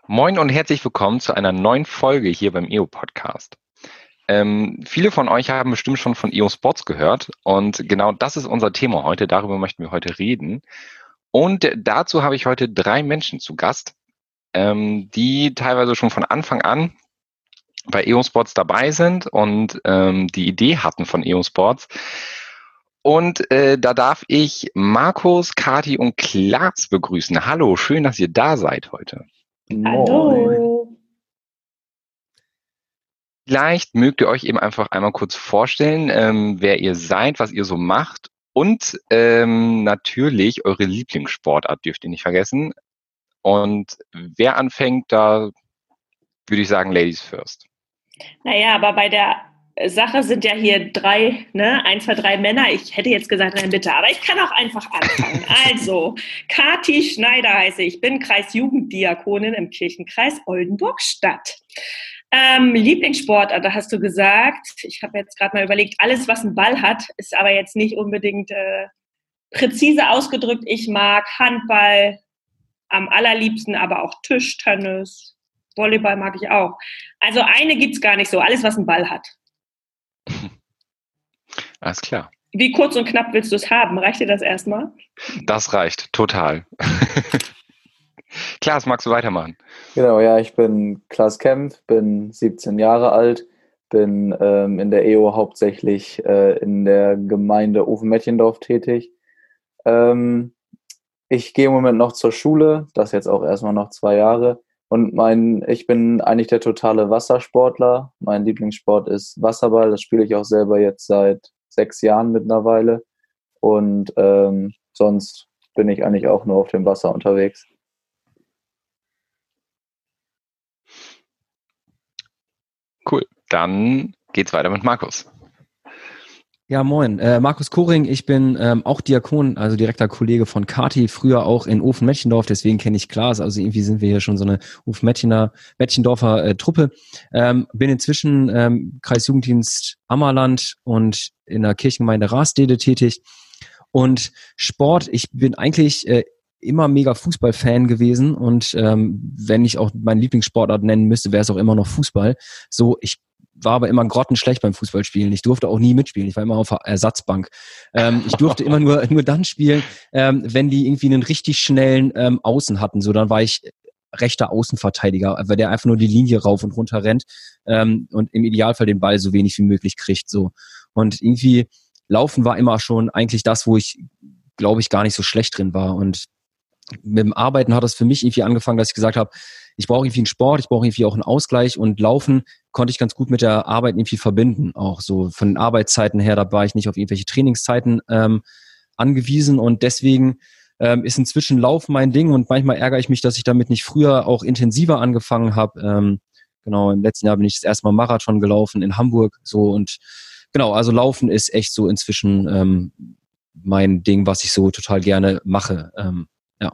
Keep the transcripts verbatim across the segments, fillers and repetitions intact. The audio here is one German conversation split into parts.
Moin und herzlich willkommen zu einer neuen Folge hier beim E O Podcast. Ähm, viele von euch haben bestimmt schon von E O Sports gehört und genau das ist unser Thema heute. Darüber möchten wir heute reden. Und dazu habe ich heute drei Menschen zu Gast, ähm, die teilweise schon von Anfang an bei E O Sports dabei sind und ähm, die Idee hatten von E O Sports. Und äh, da darf ich Markus, Kati und Klaas begrüßen. Hallo, schön, dass ihr da seid heute. Hallo. Vielleicht mögt ihr euch eben einfach einmal kurz vorstellen, ähm, wer ihr seid, was ihr so macht und ähm, natürlich eure Lieblingssportart dürft ihr nicht vergessen. Und wer anfängt, da würde ich sagen, Ladies first. Naja, aber bei der Sache sind ja hier drei, ne, ein, zwei, drei Männer. Ich hätte jetzt gesagt, nein, bitte, aber ich kann auch einfach anfangen. Also, Kati Schneider heiße ich, bin Kreisjugenddiakonin im Kirchenkreis Oldenburg-Stadt. Ähm, Lieblingssport, da hast du gesagt, ich habe jetzt gerade mal überlegt, alles, was einen Ball hat, ist aber jetzt nicht unbedingt äh, präzise ausgedrückt. Ich mag Handball am allerliebsten, aber auch Tischtennis, Volleyball mag ich auch. Also eine gibt's gar nicht so, alles, was einen Ball hat. Alles klar. Wie kurz und knapp willst du es haben? Reicht dir das erstmal? Das reicht, total. Klaas, magst du weitermachen? Genau, ja, ich bin Klaas Kempf, bin siebzehn Jahre alt, bin ähm, in der E O hauptsächlich äh, in der Gemeinde Ofen-Mettjendorf tätig. Ähm, ich gehe im Moment noch zur Schule, das jetzt auch erstmal noch zwei Jahre. Und mein, ich bin eigentlich der totale Wassersportler. Mein Lieblingssport ist Wasserball, das spiele ich auch selber jetzt seit sechs Jahren mittlerweile. Und ähm, sonst bin ich eigentlich auch nur auf dem Wasser unterwegs. Cool, dann geht's weiter mit Markus. Ja, moin. Äh, Markus Koring, ich bin ähm, auch Diakon, also direkter Kollege von Kati, früher auch in Ofen-Mettjendorf, deswegen kenne ich Klaas, also irgendwie sind wir hier schon so eine Ofen-Mettjendorfer äh, Truppe. Ähm, bin inzwischen ähm, Kreisjugenddienst Ammerland und in der Kirchengemeinde Rastede tätig. Und Sport, ich bin eigentlich äh, immer mega Fußballfan gewesen und ähm, wenn ich auch meinen Lieblingssportart nennen müsste, wäre es auch immer noch Fußball. So, ich war aber immer grottenschlecht beim Fußballspielen. Ich durfte auch nie mitspielen. Ich war immer auf der Ersatzbank. Ähm, ich durfte immer nur nur dann spielen, ähm, wenn die irgendwie einen richtig schnellen ähm, Außen hatten. So, dann war ich rechter Außenverteidiger, weil der einfach nur die Linie rauf und runter rennt ähm, und im Idealfall den Ball so wenig wie möglich kriegt. So, und irgendwie Laufen war immer schon eigentlich das, wo ich, glaube ich, gar nicht so schlecht drin war. Und mit dem Arbeiten hat das für mich irgendwie angefangen, dass ich gesagt habe, ich brauche irgendwie einen Sport, ich brauche irgendwie auch einen Ausgleich und Laufen konnte ich ganz gut mit der Arbeit irgendwie verbinden. Auch so von den Arbeitszeiten her, da war ich nicht auf irgendwelche Trainingszeiten ähm, angewiesen und deswegen ähm, ist inzwischen Laufen mein Ding und manchmal ärgere ich mich, dass ich damit nicht früher auch intensiver angefangen habe. Ähm, genau, im letzten Jahr bin ich das erste Mal Marathon gelaufen in Hamburg so und genau, also Laufen ist echt so inzwischen ähm, mein Ding, was ich so total gerne mache. Ähm,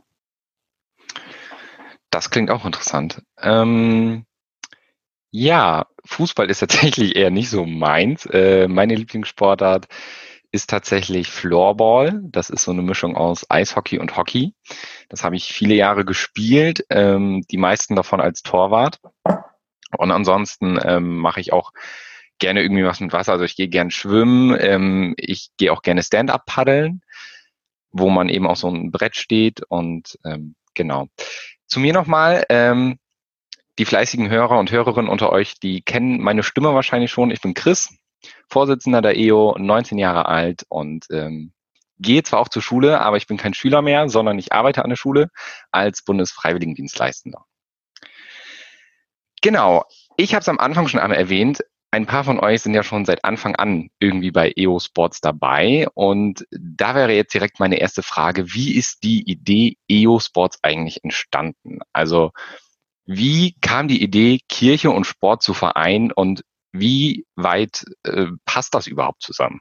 Das klingt auch interessant. Ähm, ja, Fußball ist tatsächlich eher nicht so meins. Äh, meine Lieblingssportart ist tatsächlich Floorball. Das ist so eine Mischung aus Eishockey und Hockey. Das habe ich viele Jahre gespielt, ähm, die meisten davon als Torwart. Und ansonsten ähm, mache ich auch gerne irgendwie was mit Wasser. Also ich gehe gerne schwimmen. Ähm, ich gehe auch gerne Stand-up paddeln, wo man eben auf so einem Brett steht und ähm, genau. Zu mir nochmal, ähm, die fleißigen Hörer und Hörerinnen unter euch, die kennen meine Stimme wahrscheinlich schon. Ich bin Chris, Vorsitzender der E O, neunzehn Jahre alt und ähm, gehe zwar auch zur Schule, aber ich bin kein Schüler mehr, sondern ich arbeite an der Schule als Bundesfreiwilligendienstleistender. Genau, ich habe es am Anfang schon einmal erwähnt, ein paar von euch sind ja schon seit Anfang an irgendwie bei E O Sports dabei und da wäre jetzt direkt meine erste Frage, wie ist die Idee E O Sports eigentlich entstanden? Also wie kam die Idee, Kirche und Sport zu vereinen und wie weit äh, passt das überhaupt zusammen?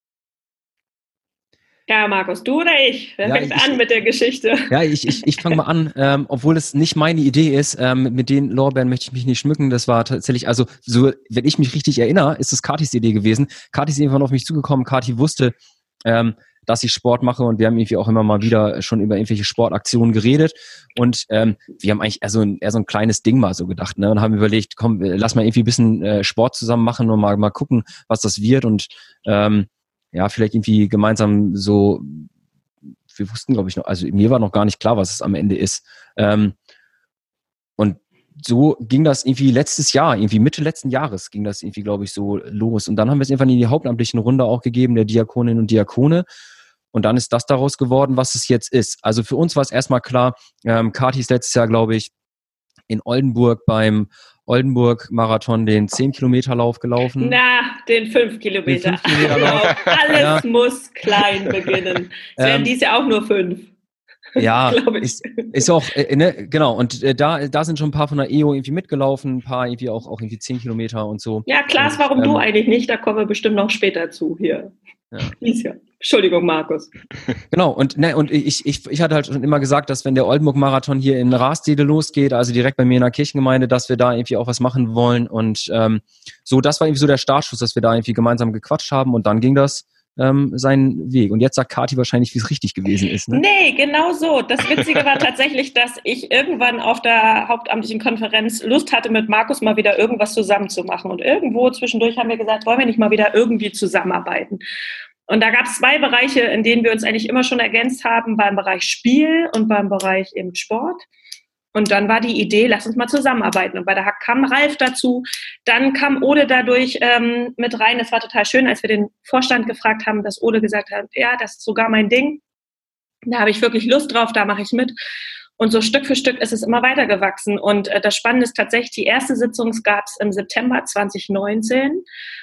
Ja, Markus, du oder ich? Wer Ja, fängt ich- an mit der Geschichte? Ja, ich, ich, ich fange mal an, ähm, obwohl es nicht meine Idee ist, ähm, mit den Lorbeeren möchte ich mich nicht schmücken. Das war tatsächlich, also so, wenn ich mich richtig erinnere, ist es Katis Idee gewesen. Katis ist irgendwann auf mich zugekommen. Kati wusste, ähm, dass ich Sport mache und wir haben irgendwie auch immer mal wieder schon über irgendwelche Sportaktionen geredet und ähm, wir haben eigentlich eher so, ein, eher so ein kleines Ding mal so gedacht, ne, und haben überlegt, komm, lass mal irgendwie ein bisschen äh, Sport zusammen machen und mal, mal gucken, was das wird und ähm, ja, vielleicht irgendwie gemeinsam so, wir wussten, glaube ich, noch, also mir war noch gar nicht klar, was es am Ende ist. Ähm, und so ging das irgendwie letztes Jahr, irgendwie Mitte letzten Jahres ging das irgendwie, glaube ich, so los. Und dann haben wir es irgendwann in die hauptamtlichen Runde auch gegeben, der Diakoninnen und Diakone. Und dann ist das daraus geworden, was es jetzt ist. Also für uns war es erstmal klar, ähm, Kathi ist letztes Jahr, glaube ich, in Oldenburg beim Oldenburg-Marathon den zehn-Kilometer-Lauf gelaufen. Na, den fünf Kilometer. Den fünf Kilometer Lauf. Alles Ja. muss klein beginnen. Es werden Ähm, dies Jahr auch nur fünf. Ja, Glaub ich. ist, ist auch, äh, ne, genau, und äh, da, da sind schon ein paar von der E O irgendwie mitgelaufen, ein paar irgendwie auch, auch irgendwie zehn Kilometer und so. Ja, Klaas, Und, warum ähm, du eigentlich nicht? Da kommen wir bestimmt noch später zu hier. Ja. Dies Jahr. Entschuldigung, Markus. Genau, und ne, und ich, ich, ich hatte halt schon immer gesagt, dass wenn der Oldenburg-Marathon hier in Rastede losgeht, also direkt bei mir in der Kirchengemeinde, dass wir da irgendwie auch was machen wollen. Und ähm, so, das war irgendwie so der Startschuss, dass wir da irgendwie gemeinsam gequatscht haben und dann ging das ähm, seinen Weg. Und jetzt sagt Kathi wahrscheinlich, wie es richtig gewesen ist. Ne? Nee, genau so. Das Witzige war tatsächlich, dass ich irgendwann auf der hauptamtlichen Konferenz Lust hatte, mit Markus mal wieder irgendwas zusammen zu machen. Und irgendwo zwischendurch haben wir gesagt, wollen wir nicht mal wieder irgendwie zusammenarbeiten? Und da gab es zwei Bereiche, in denen wir uns eigentlich immer schon ergänzt haben, beim Bereich Spiel und beim Bereich eben Sport. Und dann war die Idee, lass uns mal zusammenarbeiten. Und bei der Hack kam Ralf dazu. Dann kam Ode dadurch ähm, mit rein. Das war total schön, als wir den Vorstand gefragt haben, dass Ode gesagt hat, ja, das ist sogar mein Ding. Da habe ich wirklich Lust drauf, da mache ich mit. Und so Stück für Stück ist es immer weiter gewachsen. Und äh, das Spannende ist tatsächlich, die erste Sitzung gab es im September zwanzig neunzehn.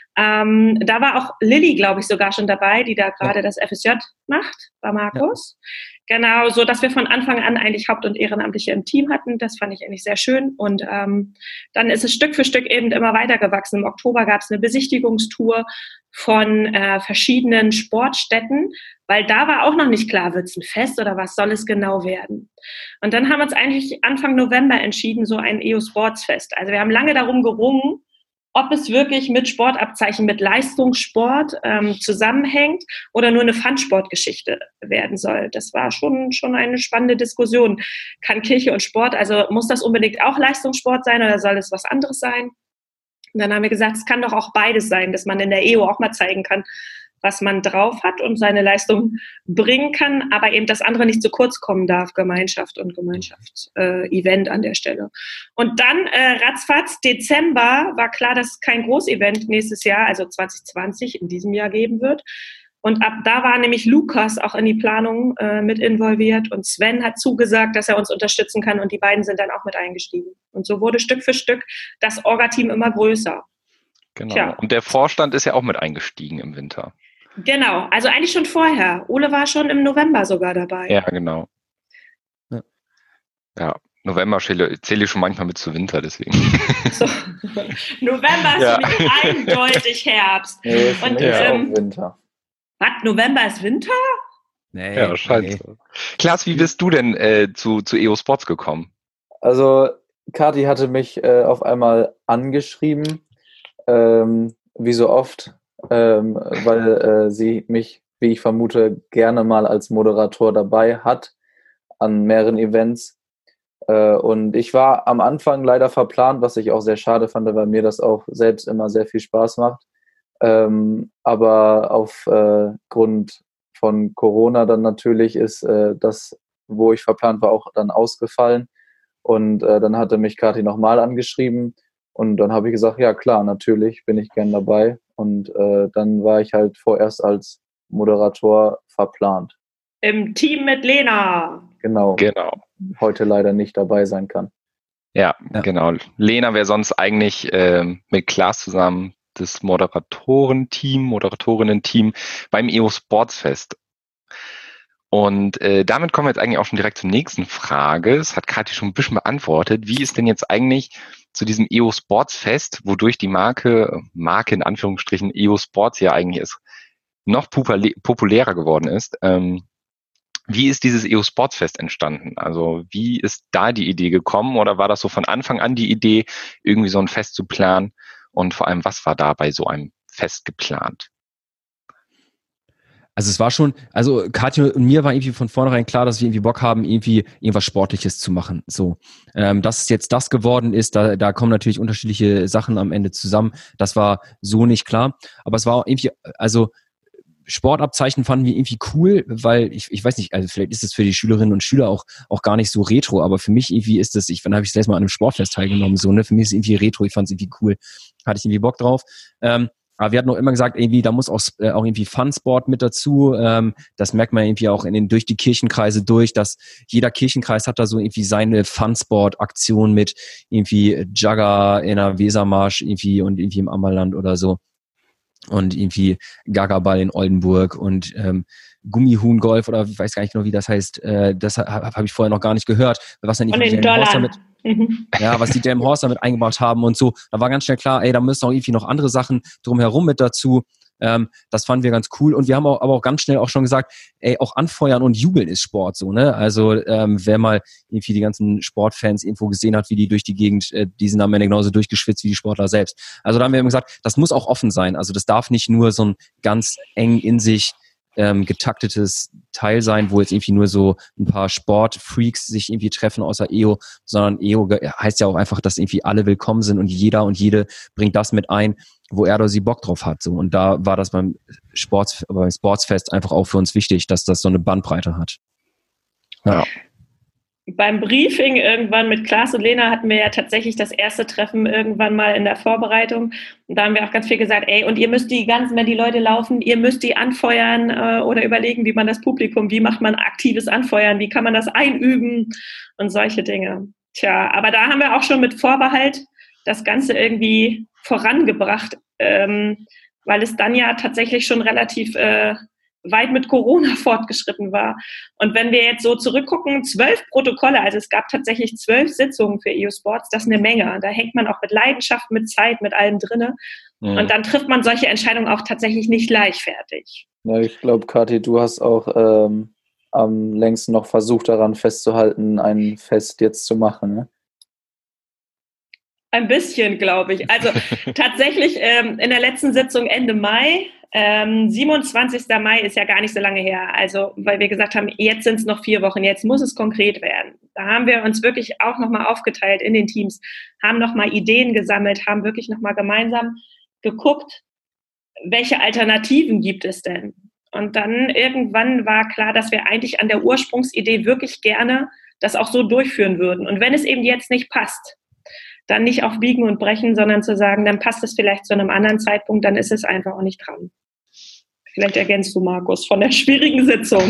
Ähm, da war auch Lilly, glaube ich, sogar schon dabei, die da gerade ja. das F S J macht, bei Markus. Ja. Genau, so dass wir von Anfang an eigentlich Haupt- und Ehrenamtliche im Team hatten. Das fand ich eigentlich sehr schön. Und ähm, dann ist es Stück für Stück eben immer weiter gewachsen. Im Oktober gab es eine Besichtigungstour von äh, verschiedenen Sportstätten, weil da war auch noch nicht klar, wird es ein Fest oder was soll es genau werden. Und dann haben wir uns eigentlich Anfang November entschieden, so ein E O Sports Fest. Also wir haben lange darum gerungen, ob es wirklich mit Sportabzeichen, mit Leistungssport ähm, zusammenhängt oder nur eine Fun-Sport-Geschichte werden soll. Das war schon, schon eine spannende Diskussion. Kann Kirche und Sport, also muss das unbedingt auch Leistungssport sein oder soll es was anderes sein? Und dann haben wir gesagt, es kann doch auch beides sein, dass man in der E O auch mal zeigen kann, was man drauf hat und seine Leistung bringen kann, aber eben das andere nicht zu kurz kommen darf, Gemeinschaft und Gemeinschafts-Event äh, an der Stelle. Und dann äh, ratzfatz, Dezember, war klar, dass es kein Großevent nächstes Jahr, also zwanzig zwanzig, in diesem Jahr geben wird. Und ab da war nämlich Lukas auch in die Planung äh, mit involviert und Sven hat zugesagt, dass er uns unterstützen kann und die beiden sind dann auch mit eingestiegen. Und so wurde Stück für Stück das Orga-Team immer größer. Genau. Tja. Und der Vorstand ist ja auch mit eingestiegen im Winter. Genau, also eigentlich schon vorher. Ole war schon im November sogar dabei. Ja, genau. Ja, ja. November zähle ich schon manchmal mit zu Winter, deswegen. So. November ist ja. für mich eindeutig Herbst. Nee, für und mich ist ähm, auch Winter. Was, November ist Winter? Nee, ja, scheint nee. so. Klaas, wie bist du denn äh, zu, zu E O Sports gekommen? Also, Kathi hatte mich äh, auf einmal angeschrieben, ähm, wie so oft, ähm, weil äh, sie mich, wie ich vermute, gerne mal als Moderator dabei hat an mehreren Events. Äh, und ich war am Anfang leider verplant, was ich auch sehr schade fand, weil mir das auch selbst immer sehr viel Spaß macht. Ähm, aber aufgrund äh, von Corona dann natürlich ist äh, das, wo ich verplant war, auch dann ausgefallen. Und äh, dann hatte mich Kathi nochmal angeschrieben und dann habe ich gesagt, ja klar, natürlich bin ich gern dabei. Und äh, dann war ich halt vorerst als Moderator verplant. Im Team mit Lena. Genau. Genau. Heute leider nicht dabei sein kann. Ja, Ja. genau. Lena wäre sonst eigentlich äh, mit Klaas zusammen das Moderatorenteam, Moderatorinnen-Team beim E O Sports Fest. Und äh, damit kommen wir jetzt eigentlich auch schon direkt zur nächsten Frage. Das hat Kathi schon ein bisschen beantwortet. Wie ist denn jetzt eigentlich zu diesem E O Sports Fest, wodurch die Marke, Marke in Anführungsstrichen E O Sports ja eigentlich ist, noch populärer geworden ist, ähm, wie ist dieses E O Sports Fest entstanden? Also wie ist da die Idee gekommen oder war das so von Anfang an die Idee, irgendwie so ein Fest zu planen? Und vor allem, was war da bei so einem Fest geplant? Also es war schon, also Katja und mir war irgendwie von vornherein klar, dass wir irgendwie Bock haben, irgendwie irgendwas Sportliches zu machen. So, ähm, dass es jetzt das geworden ist, da, da kommen natürlich unterschiedliche Sachen am Ende zusammen. Das war so nicht klar. Aber es war auch irgendwie, also Sportabzeichen fanden wir irgendwie cool, weil ich, ich weiß nicht, also vielleicht ist es für die Schülerinnen und Schüler auch, auch gar nicht so retro, aber für mich irgendwie ist das, ich, wann habe ich das letzte Mal an einem Sportfest teilgenommen, so, ne, für mich ist es irgendwie retro, ich fand es irgendwie cool, hatte ich irgendwie Bock drauf. Ähm, Aber wir hatten auch immer gesagt, irgendwie, da muss auch, äh, auch irgendwie Fun-Sport mit dazu. Ähm, das merkt man irgendwie auch in den, durch die Kirchenkreise durch, dass jeder Kirchenkreis hat da so irgendwie seine Fun-Sport-Aktion mit irgendwie Jagger in der Wesermarsch irgendwie und irgendwie im Ammerland oder so. Und irgendwie Gagaball in Oldenburg und ähm, Gummihuhn-Golf oder ich weiß gar nicht genau, wie das heißt. Äh, das habe hab ich vorher noch gar nicht gehört. Was dann irgendwie den Dollar. Damit, mhm. ja, was die Jam Horse damit eingebracht haben und so. Da war ganz schnell klar, ey, da müssen auch irgendwie noch andere Sachen drumherum mit dazu. Ähm, das fanden wir ganz cool. Und wir haben auch, aber auch ganz schnell auch schon gesagt, ey, auch anfeuern und jubeln ist Sport, so, ne? Also, ähm, wer mal irgendwie die ganzen Sportfans irgendwo gesehen hat, wie die durch die Gegend, äh, die sind am Ende genauso durchgeschwitzt wie die Sportler selbst. Also, da haben wir immer gesagt, das muss auch offen sein. Also, das darf nicht nur so ein ganz eng in sich ähm, getaktetes Teil sein, wo jetzt irgendwie nur so ein paar Sportfreaks sich irgendwie treffen außer E O, sondern E O heißt ja auch einfach, dass irgendwie alle willkommen sind und jeder und jede bringt das mit ein, wo er oder sie Bock drauf hat. So. Und da war das beim Sports, beim Sportsfest einfach auch für uns wichtig, dass das so eine Bandbreite hat. Ja. Beim Briefing irgendwann mit Klaas und Lena hatten wir ja tatsächlich das erste Treffen irgendwann mal in der Vorbereitung. Und da haben wir auch ganz viel gesagt, ey, und ihr müsst die ganzen, wenn die Leute laufen, ihr müsst die anfeuern äh, oder überlegen, wie man das Publikum, wie macht man aktives Anfeuern, wie kann man das einüben und solche Dinge. Tja, aber da haben wir auch schon mit Vorbehalt das Ganze irgendwie vorangebracht, ähm, weil es dann ja tatsächlich schon relativ äh, weit mit Corona fortgeschritten war. Und wenn wir jetzt so zurückgucken, zwölf Protokolle, also es gab tatsächlich zwölf Sitzungen für E O Sports, das ist eine Menge. Da hängt man auch mit Leidenschaft, mit Zeit, mit allem drinne. Mhm. Und dann trifft man solche Entscheidungen auch tatsächlich nicht leichtfertig. Ja, ich glaube, Kathi, du hast auch ähm, am längsten noch versucht, daran festzuhalten, ein Fest jetzt zu machen, ne? Ein bisschen, glaube ich. Also tatsächlich ähm, in der letzten Sitzung Ende Mai, ähm, siebenundzwanzigster Mai ist ja gar nicht so lange her, also weil wir gesagt haben, jetzt sind es noch vier Wochen, jetzt muss es konkret werden. Da haben wir uns wirklich auch nochmal aufgeteilt in den Teams, haben nochmal Ideen gesammelt, haben wirklich nochmal gemeinsam geguckt, welche Alternativen gibt es denn? Und dann irgendwann war klar, dass wir eigentlich an der Ursprungsidee wirklich gerne das auch so durchführen würden. Und wenn es eben jetzt nicht passt, dann nicht auf Biegen und Brechen, sondern zu sagen, dann passt es vielleicht zu einem anderen Zeitpunkt, dann ist es einfach auch nicht dran. Vielleicht ergänzt du, Markus, von der schwierigen Sitzung.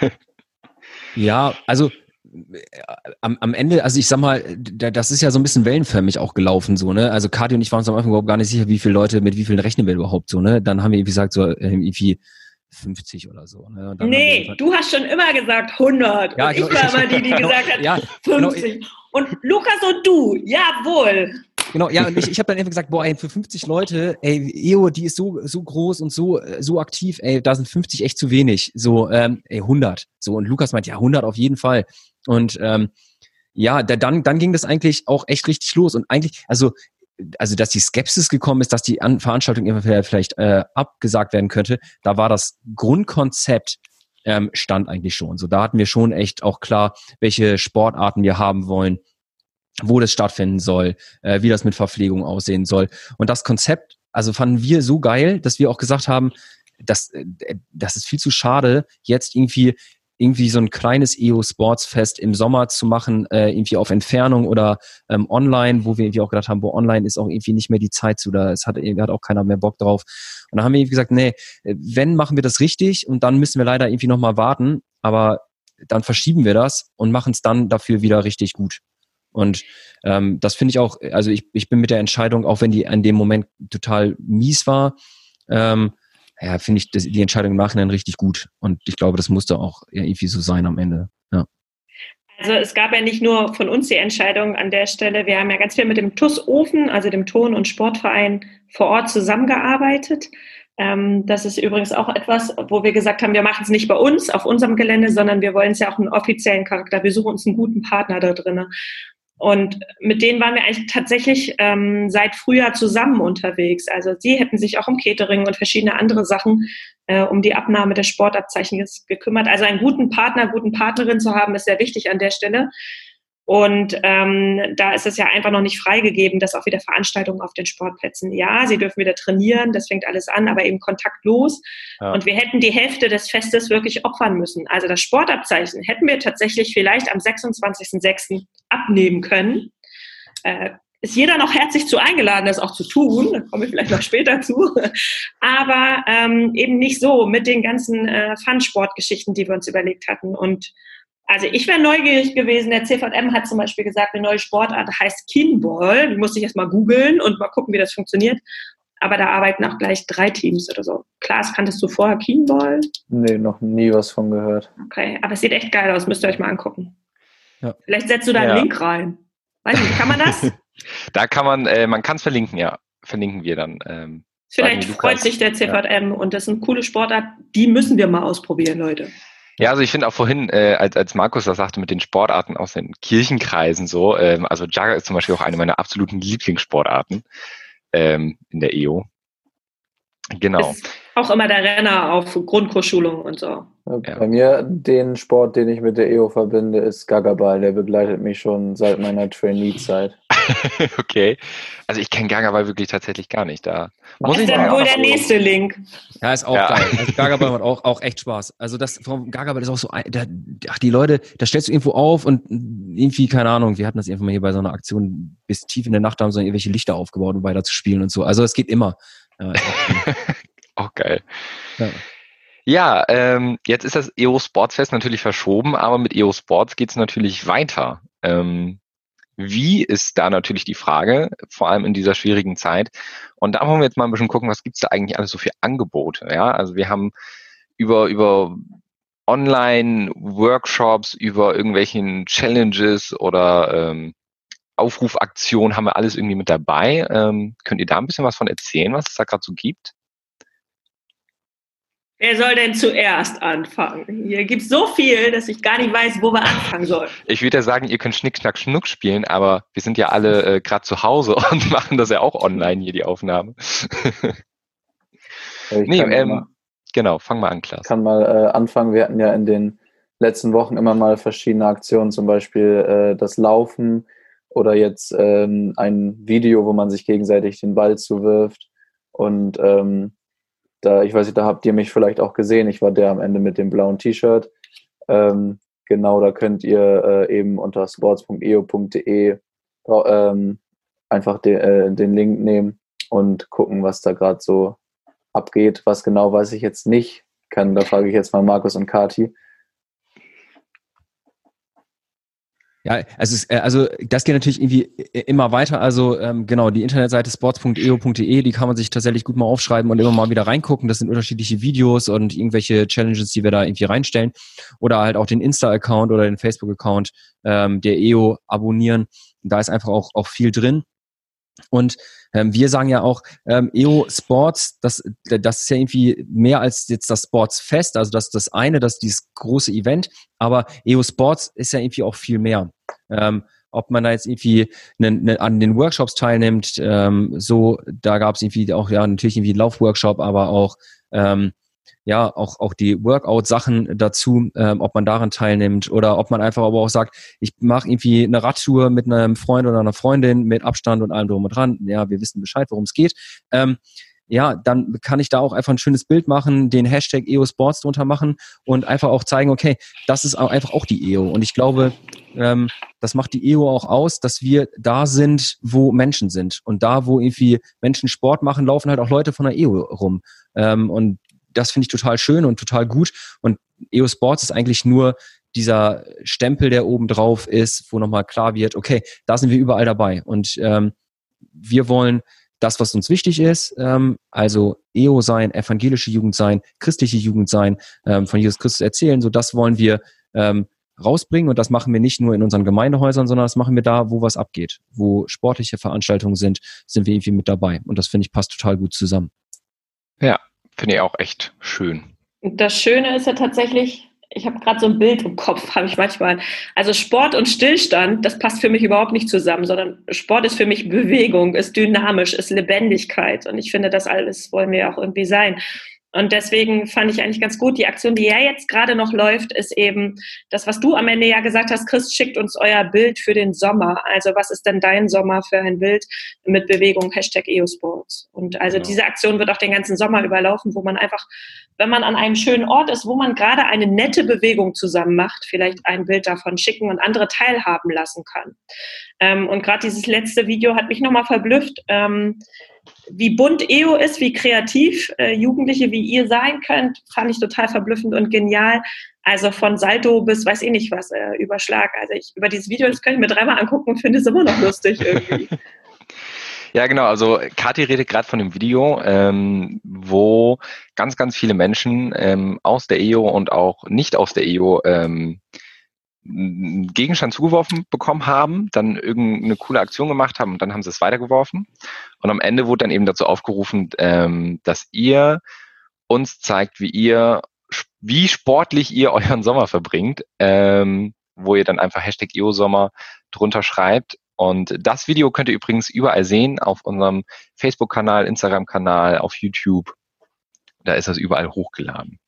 Ja, also am, am Ende, also ich sag mal, das ist ja so ein bisschen wellenförmig auch gelaufen, so, ne? Also Kathi und ich waren uns am Anfang überhaupt gar nicht sicher, wie viele Leute, mit wie vielen rechnen wir überhaupt so, ne? Dann haben wir, wie gesagt, so irgendwie fünfzig oder so. Ne? Und dann nee, gesagt, du hast schon immer gesagt hundert. Ja, und genau, ich war immer die, die gesagt hat ja, fünfzig. Genau, und Lukas und du, jawohl. Genau, ja, und ich, ich habe dann einfach gesagt, boah, ey, für fünfzig Leute, ey, E O, die ist so so groß und so so aktiv, ey, da sind fünfzig echt zu wenig. So, ähm, ey, hundert. So, und Lukas meint, ja, hundert auf jeden Fall. Und ähm, ja, da, dann dann ging das eigentlich auch echt richtig los. Und eigentlich, also also dass die Skepsis gekommen ist, dass die An- Veranstaltung vielleicht äh, abgesagt werden könnte, da war das Grundkonzept ähm, stand eigentlich schon. So, da hatten wir schon echt auch klar, welche Sportarten wir haben wollen, wo das stattfinden soll, äh, wie das mit Verpflegung aussehen soll. Und das Konzept, also fanden wir so geil, dass wir auch gesagt haben, das, äh, das ist viel zu schade, jetzt irgendwie irgendwie so ein kleines E O-Sportsfest im Sommer zu machen, äh, irgendwie auf Entfernung oder ähm, online, wo wir irgendwie auch gedacht haben, wo online ist auch irgendwie nicht mehr die Zeit zu, da es hat, hat auch keiner mehr Bock drauf. Und dann haben wir irgendwie gesagt, nee, wenn, machen wir das richtig und dann müssen wir leider irgendwie nochmal warten, aber dann verschieben wir das und machen es dann dafür wieder richtig gut. Und ähm, das finde ich auch, also ich, ich bin mit der Entscheidung, auch wenn die in dem Moment total mies war, ähm, ja, finde ich das, die Entscheidung im Nachhinein richtig gut. Und ich glaube, das musste auch irgendwie so sein am Ende. Ja. Also es gab ja nicht nur von uns die Entscheidung an der Stelle, wir haben ja ganz viel mit dem T U S-Ofen, also dem Turn- und Sportverein vor Ort zusammengearbeitet. Ähm, das ist übrigens auch etwas, wo wir gesagt haben, wir machen es nicht bei uns, auf unserem Gelände, sondern wir wollen es ja auch einen offiziellen Charakter. Wir suchen uns einen guten Partner da drin. Und mit denen waren wir eigentlich tatsächlich ähm, seit Frühjahr zusammen unterwegs. Also sie hätten sich auch um Catering und verschiedene andere Sachen äh, um die Abnahme des Sportabzeichens gekümmert. Also einen guten Partner, guten Partnerin zu haben, ist sehr wichtig an der Stelle. Und ähm, da ist es ja einfach noch nicht freigegeben, dass auch wieder Veranstaltungen auf den Sportplätzen. Ja, sie dürfen wieder trainieren, das fängt alles an, aber eben kontaktlos. Ja. Und wir hätten die Hälfte des Festes wirklich opfern müssen. Also das Sportabzeichen hätten wir tatsächlich vielleicht am sechsundzwanzigsten sechsten abnehmen können. Äh, ist jeder noch herzlich zu eingeladen, das auch zu tun. Da kommen wir vielleicht noch später zu. Aber ähm, eben nicht so mit den ganzen äh, Fun-Sport-Geschichten, die wir uns überlegt hatten. Und also ich wäre neugierig gewesen. Der C V M hat zum Beispiel gesagt, eine neue Sportart heißt Kinball. Die musste ich erst mal googeln und mal gucken, wie das funktioniert. Aber da arbeiten auch gleich drei Teams oder so. Klaas, kanntest du vorher Kinball? Nee, noch nie was von gehört. Okay, aber es sieht echt geil aus. Müsst ihr euch mal angucken. Ja. Vielleicht setzt du da einen ja. Link rein. Weiß nicht, kann man das? Da kann man, äh, man kann es verlinken, ja. Verlinken wir dann. Ähm, Vielleicht freut sich der C V M ja. und das ist eine coole Sportart. Die müssen wir mal ausprobieren, Leute. Ja, also ich finde auch vorhin, äh, als, als Markus das sagte mit den Sportarten aus den Kirchenkreisen so, ähm, also Jugger ist zum Beispiel auch eine meiner absoluten Lieblingssportarten ähm, in der E O. Genau. Ist auch immer der Renner auf Grundkursschulung und so. Ja. Bei mir, den Sport, den ich mit der E O verbinde, ist Gaggerball. Der begleitet mich schon seit meiner Trainee-Zeit. Okay. Also ich kenne Gaggerball wirklich tatsächlich gar nicht. Da muss ist dann wohl der nächste Link. Ja, ist auch ja. geil. Also Gaggerball macht auch, auch echt Spaß. Also das vom Gaggerball ist auch so, da, ach die Leute, da stellst du irgendwo auf und irgendwie, keine Ahnung, wir hatten das irgendwann mal hier bei so einer Aktion bis tief in der Nacht, haben so irgendwelche Lichter aufgebaut, um weiter zu spielen und so. Also es geht immer. Ja, auch, auch geil. Ja. Ja, ähm, jetzt ist das E O Sportsfest natürlich verschoben, aber mit E O Sports geht es natürlich weiter. Ähm, wie ist da natürlich die Frage, vor allem in dieser schwierigen Zeit. Und da wollen wir jetzt mal ein bisschen gucken, was gibt's da eigentlich alles so für Angebote. Ja, also wir haben über über Online-Workshops, über irgendwelchen Challenges oder ähm, Aufrufaktionen haben wir alles irgendwie mit dabei. Ähm, könnt ihr da ein bisschen was von erzählen, was es da gerade so gibt? Wer soll denn zuerst anfangen? Hier gibt es so viel, dass ich gar nicht weiß, wo wir anfangen sollen. Ich würde ja sagen, ihr könnt Schnick, Schnack, Schnuck spielen, aber wir sind ja alle äh, gerade zu Hause und machen das ja auch online, hier die Aufnahme. nee, ähm, mal, genau, fang mal an, Klaas. Ich kann mal äh, anfangen. Wir hatten ja in den letzten Wochen immer mal verschiedene Aktionen, zum Beispiel äh, das Laufen oder jetzt ähm, ein Video, wo man sich gegenseitig den Ball zuwirft. Und ähm, Da, ich weiß nicht, da habt ihr mich vielleicht auch gesehen. Ich war der am Ende mit dem blauen T-Shirt. Ähm, genau, da könnt ihr äh, eben unter sports punkt e o punkt de ähm, einfach de, äh, den Link nehmen und gucken, was da gerade so abgeht. Was genau, weiß ich jetzt nicht. Kann, da frage ich jetzt mal Markus und Kati. Ja, also, es, also das geht natürlich irgendwie immer weiter. Also ähm, genau, die Internetseite sports punkt e o punkt de, die kann man sich tatsächlich gut mal aufschreiben und immer mal wieder reingucken. Das sind unterschiedliche Videos und irgendwelche Challenges, die wir da irgendwie reinstellen. Oder halt auch den Insta-Account oder den Facebook-Account ähm, der E O abonnieren. Da ist einfach auch, auch viel drin. Und ähm, wir sagen ja auch, ähm, E O Sports, das, das ist ja irgendwie mehr als jetzt das Sportsfest, also das ist das eine, das ist dieses große Event, aber E O Sports ist ja irgendwie auch viel mehr. Ähm, ob man da jetzt irgendwie ne, ne, an den Workshops teilnimmt, ähm, so, da gab es irgendwie auch, ja, natürlich irgendwie einen Laufworkshop, aber auch ähm, ja, auch, auch die Workout-Sachen dazu, ähm, ob man daran teilnimmt oder ob man einfach aber auch sagt, ich mache irgendwie eine Radtour mit einem Freund oder einer Freundin mit Abstand und allem drum und dran. Ja, wir wissen Bescheid, worum es geht. Ähm, ja, dann kann ich da auch einfach ein schönes Bild machen, den Hashtag E O Sports drunter machen und einfach auch zeigen, okay, das ist auch einfach auch die E O. Und ich glaube, ähm, das macht die E O auch aus, dass wir da sind, wo Menschen sind. Und da, wo irgendwie Menschen Sport machen, laufen halt auch Leute von der E O rum. Ähm, und das finde ich total schön und total gut. Und E O Sports ist eigentlich nur dieser Stempel, der oben drauf ist, wo nochmal klar wird, okay, da sind wir überall dabei. Und ähm, wir wollen das, was uns wichtig ist, ähm, also E O sein, evangelische Jugend sein, christliche Jugend sein, ähm, von Jesus Christus erzählen, so das wollen wir ähm, rausbringen. Und das machen wir nicht nur in unseren Gemeindehäusern, sondern das machen wir da, wo was abgeht. Wo sportliche Veranstaltungen sind, sind wir irgendwie mit dabei. Und das finde ich passt total gut zusammen. Ja. Finde ich auch echt schön. Das Schöne ist ja tatsächlich, ich habe gerade so ein Bild im Kopf, habe ich manchmal. Also Sport und Stillstand, das passt für mich überhaupt nicht zusammen, sondern Sport ist für mich Bewegung, ist dynamisch, ist Lebendigkeit. Und ich finde, das alles wollen wir auch irgendwie sein. Und deswegen fand ich eigentlich ganz gut, die Aktion, die ja jetzt gerade noch läuft, ist eben das, was du am Ende ja gesagt hast, Chris, schickt uns euer Bild für den Sommer. Also was ist denn dein Sommer für ein Bild mit Bewegung, Hashtag E O Sports. Und also Genau. diese Aktion wird auch den ganzen Sommer überlaufen, wo man einfach, wenn man an einem schönen Ort ist, wo man gerade eine nette Bewegung zusammen macht, vielleicht ein Bild davon schicken und andere teilhaben lassen kann. Ähm, und gerade dieses letzte Video hat mich nochmal verblüfft, ähm, wie bunt E O ist, wie kreativ äh, Jugendliche wie ihr sein könnt, fand ich total verblüffend und genial. Also von Salto bis weiß ich nicht was, äh, Überschlag. Also ich, über dieses Video, das kann ich mir dreimal angucken und finde es immer noch lustig irgendwie. Ja, genau. Also Kathi redet gerade von dem Video, ähm, wo ganz, ganz viele Menschen ähm, aus der E O und auch nicht aus der E O ähm, einen Gegenstand zugeworfen bekommen haben, dann irgendeine coole Aktion gemacht haben und dann haben sie es weitergeworfen. Und am Ende wurde dann eben dazu aufgerufen, ähm, dass ihr uns zeigt, wie ihr, wie sportlich ihr euren Sommer verbringt, ähm, wo ihr dann einfach Hashtag E O Sommer drunter schreibt. Und das Video könnt ihr übrigens überall sehen, auf unserem Facebook-Kanal, Instagram-Kanal, auf YouTube. Da ist das überall hochgeladen.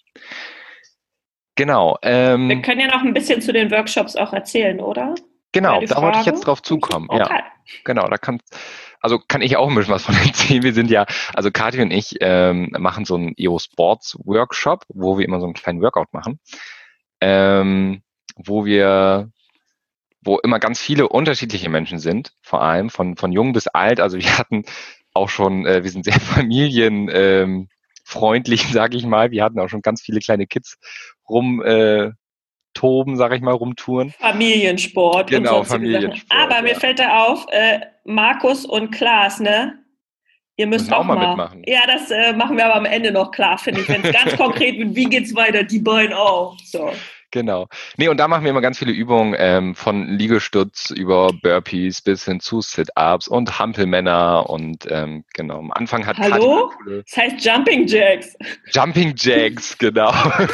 Genau. Ähm, Wir können ja noch ein bisschen zu den Workshops auch erzählen, oder? Genau, da wollte ich jetzt drauf zukommen. Okay. Ja, genau, da kann, also kann ich auch ein bisschen was von erzählen. Wir sind ja, also Kathi und ich ähm, machen so einen E O Sports Workshop, wo wir immer so einen kleinen Workout machen, ähm, wo wir, wo immer ganz viele unterschiedliche Menschen sind, vor allem von von jung bis alt. Also wir hatten auch schon, äh, wir sind sehr familien ähm, freundlich, sage ich mal. Wir hatten auch schon ganz viele kleine Kids rum. Äh, toben, sag ich mal, rumtouren. Familiensport Genau, und sonstige Familiensport, Sachen. Aber ja. mir fällt da auf, äh, Markus und Klaas, ne? Ihr müsst Müssen auch, auch mal mal mitmachen. Ja, das äh, machen wir aber am Ende noch klar, finde ich. Wenn es ganz konkret wird, wie geht's weiter? Die beiden auch. So. Genau. Nee, und da machen wir immer ganz viele Übungen ähm, von Liegestütz über Burpees bis hin zu Sit-Ups und Hampelmänner und ähm, genau. Am Anfang hat Kathi Hallo? eine coole Das heißt Jumping Jacks. Jumping Jacks, genau.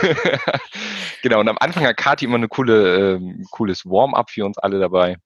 Genau, und am Anfang hat Kathi immer eine coole, ähm, cooles Warm-up für uns alle dabei.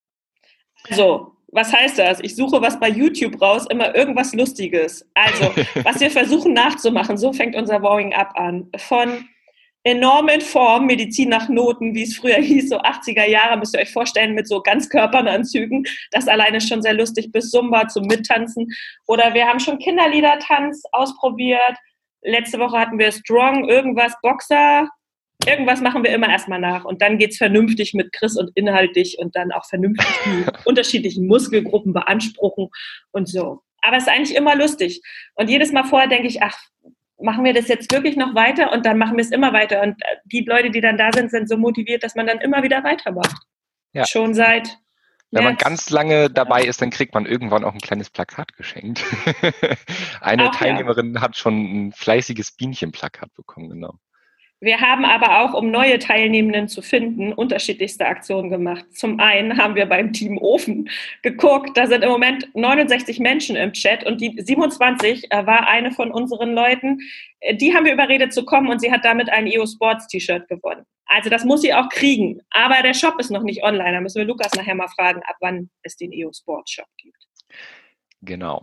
So, was heißt das? Ich suche was bei YouTube raus, immer irgendwas Lustiges. Also, was wir versuchen nachzumachen, so fängt unser Warming-up an. Von enorm in Form, Medizin nach Noten, wie es früher hieß, so achtziger Jahre, müsst ihr euch vorstellen, mit so Ganzkörperanzügen. Das alleine ist schon sehr lustig, bis Zumba zum Mittanzen. Oder wir haben schon Kinderliedertanz ausprobiert. Letzte Woche hatten wir Strong, irgendwas, Boxer. Irgendwas machen wir immer erstmal nach. Und dann geht's vernünftig mit Chris und inhaltlich und dann auch vernünftig die unterschiedlichen Muskelgruppen beanspruchen und so. Aber es ist eigentlich immer lustig. Und jedes Mal vorher denke ich, ach, machen wir das jetzt wirklich noch weiter? Und dann machen wir es immer weiter. Und die Leute, die dann da sind, sind so motiviert, dass man dann immer wieder weitermacht. Ja. Schon seit Wenn man März. ganz lange dabei ist, dann kriegt man irgendwann auch ein kleines Plakat geschenkt. Eine Auch, Teilnehmerin ja. hat schon ein fleißiges Bienchen-Plakat bekommen, genau. Wir haben aber auch, um neue Teilnehmenden zu finden, unterschiedlichste Aktionen gemacht. Zum einen haben wir beim Team Ofen geguckt, da sind im Moment neunundsechzig Menschen im Chat und die siebenundzwanzig war eine von unseren Leuten. Die haben wir überredet zu kommen und sie hat damit ein E O Sports T-Shirt gewonnen. Also das muss sie auch kriegen, aber der Shop ist noch nicht online. Da müssen wir Lukas nachher mal fragen, ab wann es den E O Sports Shop gibt. Genau.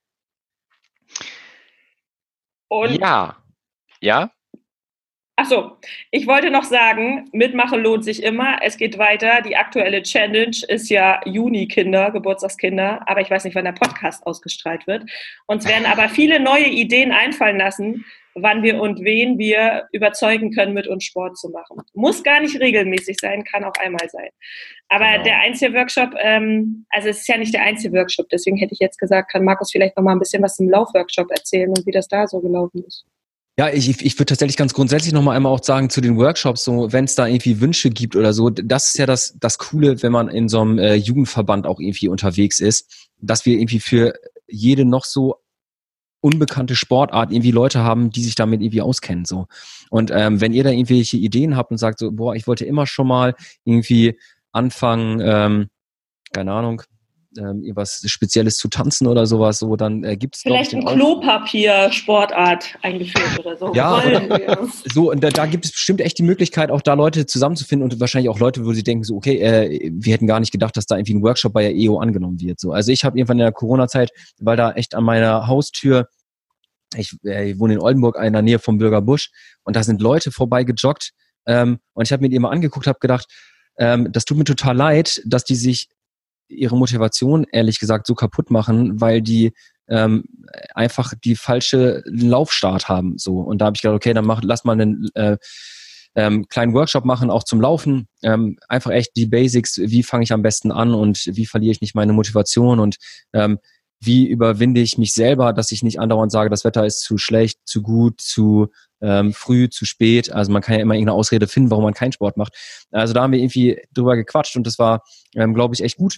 Und ja. Ja? Ach so, ich wollte noch sagen, mitmachen lohnt sich immer. Es geht weiter. Die aktuelle Challenge ist ja Juni-Kinder, Geburtstagskinder. Aber ich weiß nicht, wann der Podcast ausgestrahlt wird. Uns werden aber viele neue Ideen einfallen lassen, wann wir und wen wir überzeugen können, mit uns Sport zu machen. Muss gar nicht regelmäßig sein, kann auch einmal sein. Aber Genau. Der Einzelworkshop, ähm, also es ist ja nicht der Einzelworkshop. Deswegen hätte ich jetzt gesagt, kann Markus vielleicht noch mal ein bisschen was zum Laufworkshop erzählen und wie das da so gelaufen ist. Ja, ich, ich würde tatsächlich ganz grundsätzlich nochmal einmal auch sagen zu den Workshops, so wenn es da irgendwie Wünsche gibt oder so, das ist ja das das Coole, wenn man in so einem äh, Jugendverband auch irgendwie unterwegs ist, dass wir irgendwie für jede noch so unbekannte Sportart irgendwie Leute haben, die sich damit irgendwie auskennen. So. Und ähm, wenn ihr da irgendwelche Ideen habt und sagt so, boah, ich wollte immer schon mal irgendwie anfangen, ähm, keine Ahnung, ähm, irgendwas Spezielles zu tanzen oder sowas, so, dann äh, gibt es vielleicht ein Klopapier-Sportart eingeführt oder so. Ja, Wollen oder, wir. so, und da, da gibt es bestimmt echt die Möglichkeit, auch da Leute zusammenzufinden und wahrscheinlich auch Leute, wo sie denken, so, okay, äh, wir hätten gar nicht gedacht, dass da irgendwie ein Workshop bei der E O angenommen wird. So. Also ich habe irgendwann in der Corona-Zeit, weil da echt an meiner Haustür ich, äh, ich wohne in Oldenburg in der Nähe vom Bürger Busch und da sind Leute vorbei gejoggt ähm, und ich habe mir die mal angeguckt, habe gedacht, ähm, das tut mir total leid, dass die sich ihre Motivation, ehrlich gesagt, so kaputt machen, weil die ähm, einfach die falsche Laufstart haben. So. Und da habe ich gedacht, okay, dann mach, lass mal einen äh, ähm, kleinen Workshop machen, auch zum Laufen. Ähm, einfach echt die Basics, wie fange ich am besten an und wie verliere ich nicht meine Motivation und ähm, wie überwinde ich mich selber, dass ich nicht andauernd sage, das Wetter ist zu schlecht, zu gut, zu ähm, früh, zu spät. Also man kann ja immer irgendeine Ausrede finden, warum man keinen Sport macht. Also da haben wir irgendwie drüber gequatscht und das war, ähm, glaube ich, echt gut.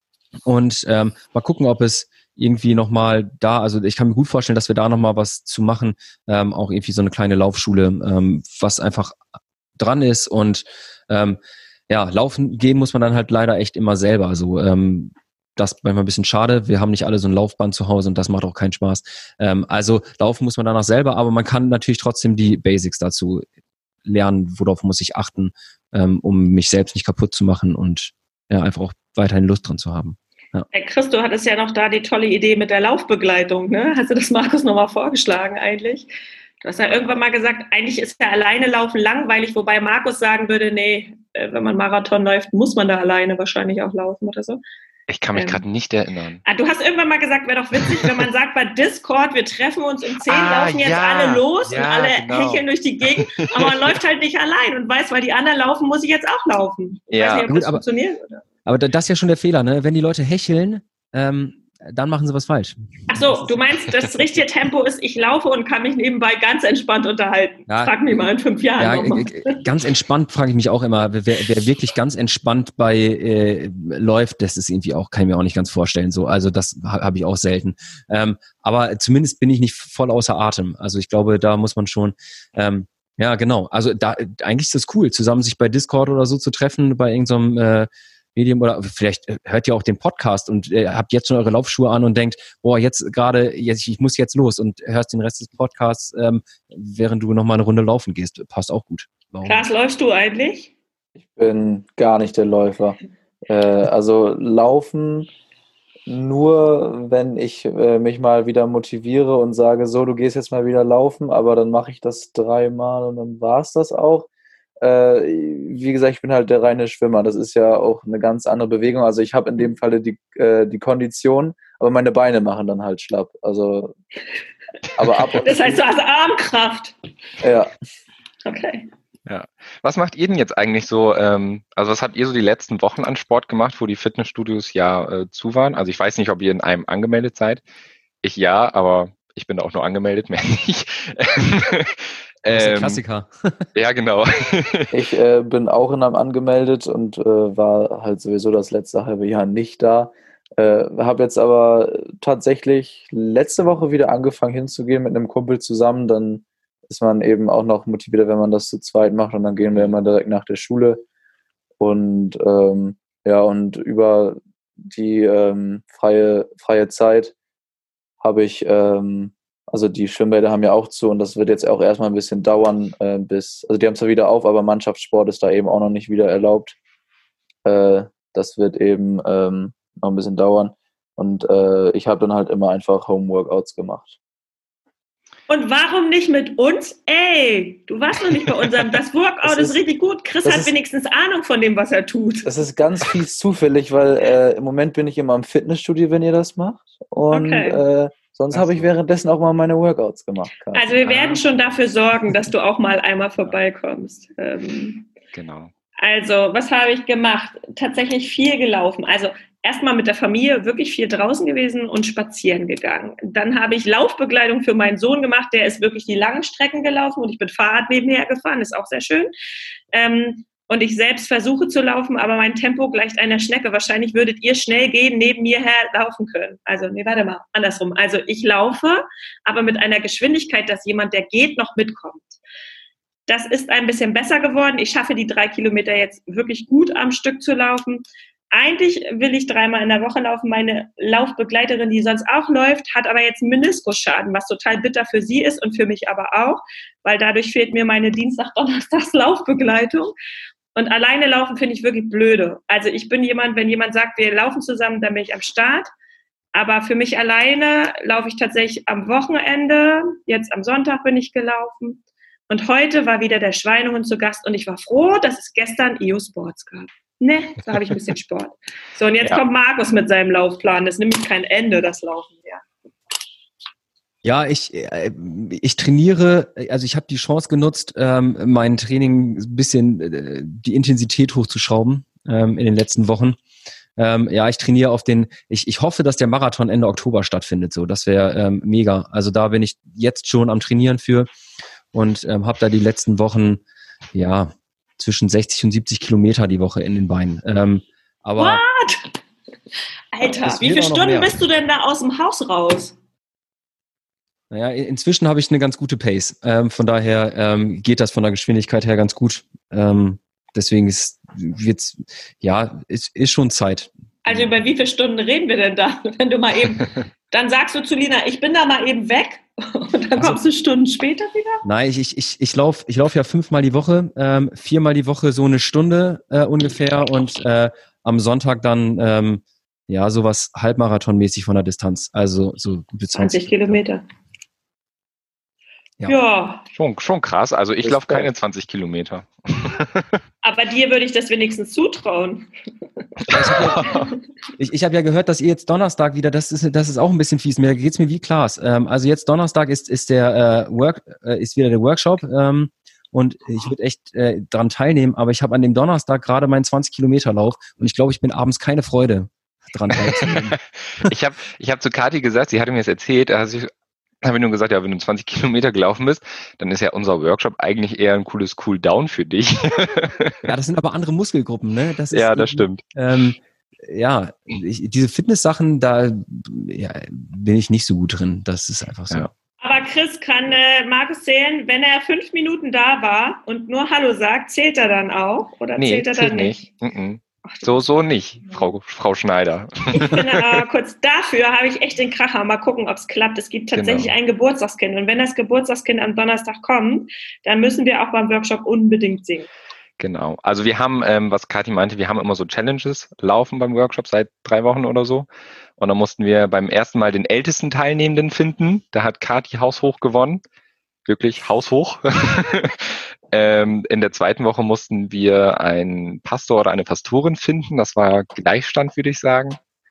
Und ähm, mal gucken, ob es irgendwie nochmal da, also ich kann mir gut vorstellen, dass wir da nochmal was zu machen, ähm, auch irgendwie so eine kleine Laufschule, ähm, was einfach dran ist und ähm, ja, laufen gehen muss man dann halt leider echt immer selber. Also ähm, das ist manchmal ein bisschen schade. Wir haben nicht alle so ein Laufband zu Hause und das macht auch keinen Spaß. Ähm, also laufen muss man danach selber, aber man kann natürlich trotzdem die Basics dazu lernen, worauf muss ich achten, ähm, um mich selbst nicht kaputt zu machen und ja, einfach auch weiterhin Lust dran zu haben. Ja. Hey Chris, du hattest ja noch da die tolle Idee mit der Laufbegleitung, ne? Hast du das Markus nochmal vorgeschlagen eigentlich? Du hast ja irgendwann mal gesagt, eigentlich ist ja alleine laufen langweilig, wobei Markus sagen würde, nee, wenn man Marathon läuft, muss man da alleine wahrscheinlich auch laufen oder so. Ich kann mich ähm, gerade nicht erinnern. Ah, du hast irgendwann mal gesagt, wäre doch witzig, wenn man sagt bei Discord, wir treffen uns um zehn, ah, laufen jetzt ja, alle los ja, und alle genau. hecheln durch die Gegend, aber man läuft halt nicht allein und weiß, weil die anderen laufen, muss ich jetzt auch laufen. Ich ja. weiß nicht, ob Gut, das aber, funktioniert. Oder? Aber das ist ja schon der Fehler, ne? Wenn die Leute hecheln, ähm, dann machen sie was falsch. Ach so, du meinst, das richtige Tempo ist, ich laufe und kann mich nebenbei ganz entspannt unterhalten. Ja, frag mich mal in fünf Jahren ja, nochmal. Ganz entspannt frage ich mich auch immer, wer, wer wirklich ganz entspannt bei äh, läuft, das ist irgendwie auch, kann ich mir auch nicht ganz vorstellen. So, also das ha, habe ich auch selten. Ähm, aber zumindest bin ich nicht voll außer Atem. Also ich glaube, da muss man schon ähm, ja, genau. Also da eigentlich ist das cool, zusammen sich bei Discord oder so zu treffen, bei irgendeinem äh, Medium oder vielleicht hört ihr auch den Podcast und äh, habt jetzt schon eure Laufschuhe an und denkt, boah, jetzt gerade, jetzt, ich muss jetzt los und hörst den Rest des Podcasts, ähm, während du nochmal eine Runde laufen gehst. Passt auch gut. Warum? Klaas, läufst du eigentlich? Ich bin gar nicht der Läufer. Äh, also laufen nur, wenn ich äh, mich mal wieder motiviere und sage, so, du gehst jetzt mal wieder laufen, aber dann mache ich das dreimal und dann war es das auch. Äh, wie gesagt, ich bin halt der reine Schwimmer. Das ist ja auch eine ganz andere Bewegung. Also ich habe in dem Falle die, äh, die Kondition, aber meine Beine machen dann halt schlapp. Also, aber ab und das heißt, du hast Armkraft. Ja. Okay. Ja. Was macht ihr denn jetzt eigentlich so, ähm, also was habt ihr so die letzten Wochen an Sport gemacht, wo die Fitnessstudios ja äh, zu waren? Also ich weiß nicht, ob ihr in einem angemeldet seid. Ich ja, aber ich bin auch nur angemeldet, mehr nicht. Das ist der Klassiker. Ja, genau. Ich äh, bin auch in einem angemeldet und äh, war halt sowieso das letzte halbe Jahr nicht da. Äh, habe jetzt aber tatsächlich letzte Woche wieder angefangen hinzugehen mit einem Kumpel zusammen. Dann ist man eben auch noch motiviert, wenn man das zu zweit macht und dann gehen wir immer direkt nach der Schule. Und ähm, ja, und über die ähm, freie, freie Zeit habe ich ähm, also die Schwimmbäder haben ja auch zu und das wird jetzt auch erstmal ein bisschen dauern, äh, bis, also die haben zwar wieder auf, aber Mannschaftssport ist da eben auch noch nicht wieder erlaubt. Äh, das wird eben ähm, noch ein bisschen dauern und äh, ich habe dann halt immer einfach Home-Workouts gemacht. Und warum nicht mit uns? Ey, du warst noch nicht bei unserem, das Workout das ist, ist richtig gut. Chris hat ist, wenigstens Ahnung von dem, was er tut. Das ist ganz fies zufällig, weil äh, im Moment bin ich immer im Fitnessstudio, wenn ihr das macht und okay. äh, Sonst habe ich währenddessen auch mal meine Workouts gemacht. Karl. Also wir werden schon dafür sorgen, dass du auch mal einmal vorbeikommst. Ähm, genau. Also, was habe ich gemacht? Tatsächlich viel gelaufen. Also erstmal mit der Familie wirklich viel draußen gewesen und spazieren gegangen. Dann habe ich Laufbegleitung für meinen Sohn gemacht. Der ist wirklich die langen Strecken gelaufen und ich bin Fahrrad nebenher gefahren. Ist auch sehr schön. Ähm, Und ich selbst versuche zu laufen, aber mein Tempo gleicht einer Schnecke. Wahrscheinlich würdet ihr schnell gehen, neben mir her laufen können. Also, nee, warte mal, andersrum. Also ich laufe, aber mit einer Geschwindigkeit, dass jemand, der geht, noch mitkommt. Das ist ein bisschen besser geworden. Ich schaffe die drei Kilometer jetzt wirklich gut am Stück zu laufen. Eigentlich will ich dreimal in der Woche laufen. Meine Laufbegleiterin, die sonst auch läuft, hat aber jetzt einen Meniskusschaden, was total bitter für sie ist und für mich aber auch, weil dadurch fehlt mir meine Dienstag-Donnerstags-Laufbegleitung. Und alleine laufen finde ich wirklich blöde. Also ich bin jemand, wenn jemand sagt, wir laufen zusammen, dann bin ich am Start. Aber für mich alleine laufe ich tatsächlich am Wochenende. Jetzt am Sonntag bin ich gelaufen. Und heute war wieder der Schweinungen zu Gast und ich war froh, dass es gestern E O Sports gab. Ne, da habe ich ein bisschen Sport. So, und jetzt ja. kommt Markus mit seinem Laufplan. Das nimmt kein Ende, das Laufen, ja. Ja, ich, ich trainiere, also ich habe die Chance genutzt, ähm, mein Training ein bisschen äh, die Intensität hochzuschrauben ähm, in den letzten Wochen. Ähm, ja, ich trainiere auf den, ich, ich hoffe, dass der Marathon Ende Oktober stattfindet. So, das wäre ähm, mega. Also da bin ich jetzt schon am Trainieren für und ähm, habe da die letzten Wochen, ja, zwischen sechzig und siebzig Kilometer die Woche in den Beinen. Ähm, aber What? Alter, wie viele Stunden bist du denn da aus dem Haus raus? Naja, inzwischen habe ich eine ganz gute Pace. Ähm, von daher ähm, geht das von der Geschwindigkeit her ganz gut. Ähm, deswegen ist jetzt, ja, ist, ist schon Zeit. Also über wie viele Stunden reden wir denn da? Wenn du mal eben, dann sagst du zu Lina, ich bin da mal eben weg und dann also, kommst du Stunden später wieder? Nein, ich, ich, ich, ich laufe ich lauf ja fünfmal die Woche, ähm, viermal die Woche so eine Stunde äh, ungefähr und äh, am Sonntag dann ähm, ja sowas halbmarathonmäßig von der Distanz. Also so gute zwanzig Kilometer. Ja. ja. Schon, schon krass. Also ich laufe keine zwanzig Kilometer. Aber dir würde ich das wenigstens zutrauen. Ich habe ja, ich, ich hab ja gehört, dass ihr jetzt Donnerstag wieder, das ist, das ist auch ein bisschen fies, mir geht's mir wie Klaas. Ähm, also jetzt Donnerstag ist, ist der äh, Work, äh, ist wieder der Workshop ähm, und ich würde echt äh, dran teilnehmen, aber ich habe an dem Donnerstag gerade meinen zwanzig Kilometer Lauf und ich glaube, ich bin abends keine Freude dran teilzunehmen. ich habe ich hab zu Kathi gesagt, sie hatte mir das erzählt, also ich habe nur gesagt, ja, wenn du zwanzig Kilometer gelaufen bist, dann ist ja unser Workshop eigentlich eher ein cooles Cool-Down für dich. Ja, das sind aber andere Muskelgruppen, ne? Das ist ja, das stimmt. Ähm, ja, ich, diese Fitness-Sachen, da ja, bin ich nicht so gut drin. Das ist einfach so. Ja. Aber Chris, kann äh, Markus zählen, wenn er fünf Minuten da war und nur Hallo sagt, zählt er dann auch? Oder nee, zählt er zählt dann nicht? nicht. Mm-mm. Ach, so, so nicht, Frau, Frau Schneider. Ich finde aber kurz, dafür habe ich echt den Kracher. Mal gucken, ob es klappt. Es gibt tatsächlich genau. ein Geburtstagskind. Und wenn das Geburtstagskind am Donnerstag kommt, dann müssen wir auch beim Workshop unbedingt singen. Genau. Also wir haben, ähm, was Kathi meinte, wir haben immer so Challenges laufen beim Workshop seit drei Wochen oder so. Und dann mussten wir beim ersten Mal den ältesten Teilnehmenden finden. Da hat Kathi haushoch gewonnen. Wirklich haushoch. ähm, in der zweiten Woche mussten wir einen Pastor oder eine Pastorin finden. Das war Gleichstand, würde ich sagen.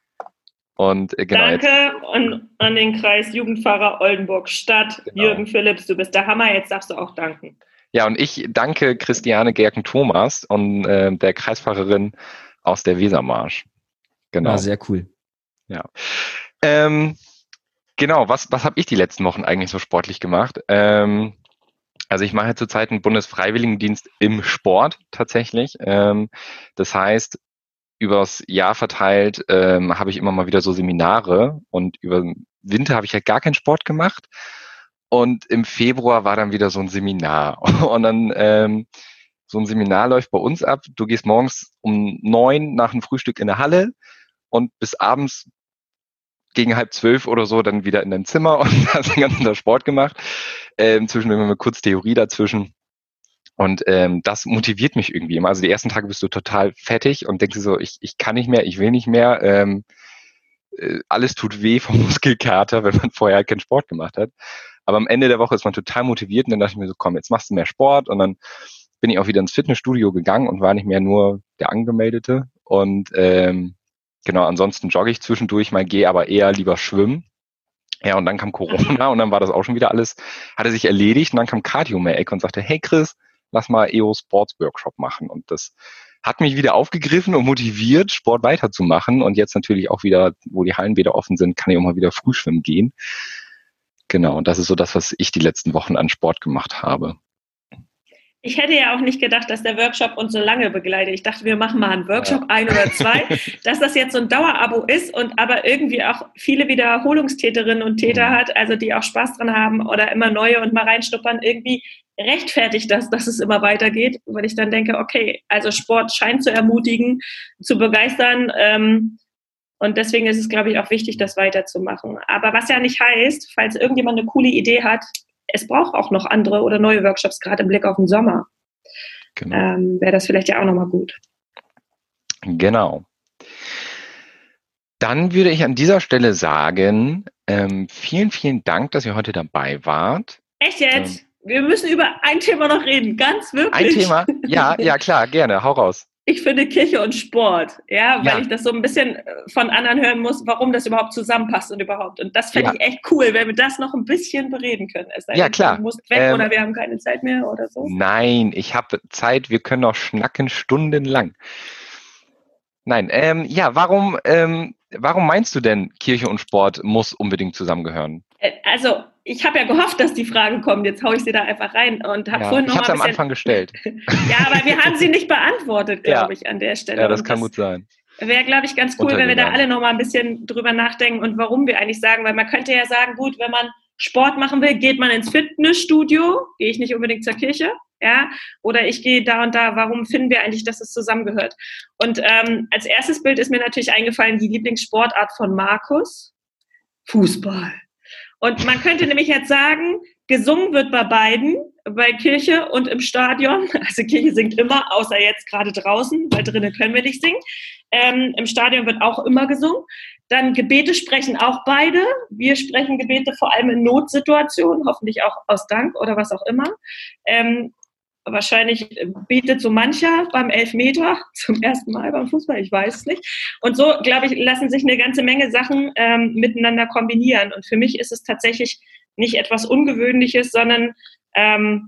Und äh, genau. Danke an, an den Kreis Jugendpfarrer Oldenburg-Stadt. Genau. Jürgen Philipps, du bist der Hammer. Jetzt darfst du auch danken. Ja, und ich danke Christiane Gerken-Thomas und äh, der Kreisfahrerin aus der Wesermarsch. Genau. Ja, sehr cool. Ja. Ähm, genau, was, was habe ich die letzten Wochen eigentlich so sportlich gemacht? Ähm, also ich mache zurzeit einen Bundesfreiwilligendienst im Sport tatsächlich. Ähm, das heißt, übers Jahr verteilt ähm, habe ich immer mal wieder so Seminare und über den Winter habe ich halt gar keinen Sport gemacht. Und im Februar war dann wieder so ein Seminar. Und dann ähm, so ein Seminar läuft bei uns ab. Du gehst morgens um neun nach dem Frühstück in der Halle und bis abends gegen halb zwölf oder so dann wieder in dein Zimmer und hast den ganzen Tag Sport gemacht. Ähm, zwischendurch immer kurz Theorie dazwischen. Und ähm, das motiviert mich irgendwie immer. Also die ersten Tage bist du total fettig und denkst dir so, ich, ich kann nicht mehr, ich will nicht mehr. Ähm, äh, alles tut weh vom Muskelkater, wenn man vorher halt keinen Sport gemacht hat. Aber am Ende der Woche ist man total motiviert und dann dachte ich mir so, komm, jetzt machst du mehr Sport. Und dann bin ich auch wieder ins Fitnessstudio gegangen und war nicht mehr nur der Angemeldete. Und ähm, genau, ansonsten jogge ich zwischendurch mal, gehe aber eher lieber schwimmen. Ja, und dann kam Corona und dann war das auch schon wieder alles, hatte sich erledigt. Und dann kam Kathi um die Ecke und sagte, hey Chris, lass mal E O Sports Workshop machen. Und das hat mich wieder aufgegriffen und motiviert, Sport weiterzumachen. Und jetzt natürlich auch wieder, wo die Hallen wieder offen sind, kann ich auch mal wieder Frühschwimmen gehen. Genau, und das ist so das, was ich die letzten Wochen an Sport gemacht habe. Ich hätte ja auch nicht gedacht, dass der Workshop uns so lange begleitet. Ich dachte, wir machen mal einen Workshop, ja. ein oder zwei, dass das jetzt so ein Dauerabo ist und aber irgendwie auch viele Wiederholungstäterinnen und Täter hat, also die auch Spaß dran haben oder immer neue und mal reinschnuppern. Irgendwie rechtfertigt das, dass es immer weitergeht, weil ich dann denke, okay, also Sport scheint zu ermutigen, zu begeistern, ähm, und deswegen ist es, glaube ich, auch wichtig, das weiterzumachen. Aber was ja nicht heißt, falls irgendjemand eine coole Idee hat, es braucht auch noch andere oder neue Workshops, gerade im Blick auf den Sommer. Genau. Ähm, wäre das vielleicht ja auch nochmal gut. Genau. Dann würde ich an dieser Stelle sagen, ähm, vielen, vielen Dank, dass ihr heute dabei wart. Echt jetzt? Ähm, Wir müssen über ein Thema noch reden, ganz wirklich. Ein Thema? Ja, ja, klar, gerne, hau raus. Ich finde Kirche und Sport, ja, weil ja. ich das so ein bisschen von anderen hören muss, warum das überhaupt zusammenpasst und überhaupt. Und das fände ja. ich echt cool, wenn wir das noch ein bisschen bereden können. Es sei ja, klar. Du musst weg ähm, oder wir haben keine Zeit mehr oder so. Nein, ich habe Zeit, wir können noch schnacken stundenlang. Nein, ähm, ja, warum, ähm, warum meinst du denn, Kirche und Sport muss unbedingt zusammengehören? Also, ich habe ja gehofft, dass die Frage kommt. Jetzt haue ich sie da einfach rein und habe ja, vorhin noch ich mal ein bisschen... am Anfang gestellt. Ja, aber wir haben sie nicht beantwortet, glaube ja. ich, an der Stelle. Ja, das und kann das gut sein. Wäre, glaube ich, ganz cool, wenn wir da alle noch mal ein bisschen drüber nachdenken und warum wir eigentlich sagen, weil man könnte ja sagen, gut, wenn man Sport machen will, geht man ins Fitnessstudio, gehe ich nicht unbedingt zur Kirche, ja, oder ich gehe da und da, warum finden wir eigentlich, dass es zusammengehört? Und ähm, als erstes Bild ist mir natürlich eingefallen, die Lieblingssportart von Markus, Fußball. Und man könnte nämlich jetzt sagen, gesungen wird bei beiden, bei Kirche und im Stadion. Also Kirche singt immer, außer jetzt gerade draußen, weil drinnen können wir nicht singen. Ähm, Im Stadion wird auch immer gesungen. Dann Gebete sprechen auch beide. Wir sprechen Gebete vor allem in Notsituationen, hoffentlich auch aus Dank oder was auch immer. Ähm, Wahrscheinlich betet so mancher beim Elfmeter zum ersten Mal beim Fußball, ich weiß es nicht. Und so, glaube ich, lassen sich eine ganze Menge Sachen ähm, miteinander kombinieren. Und für mich ist es tatsächlich nicht etwas Ungewöhnliches, sondern ähm,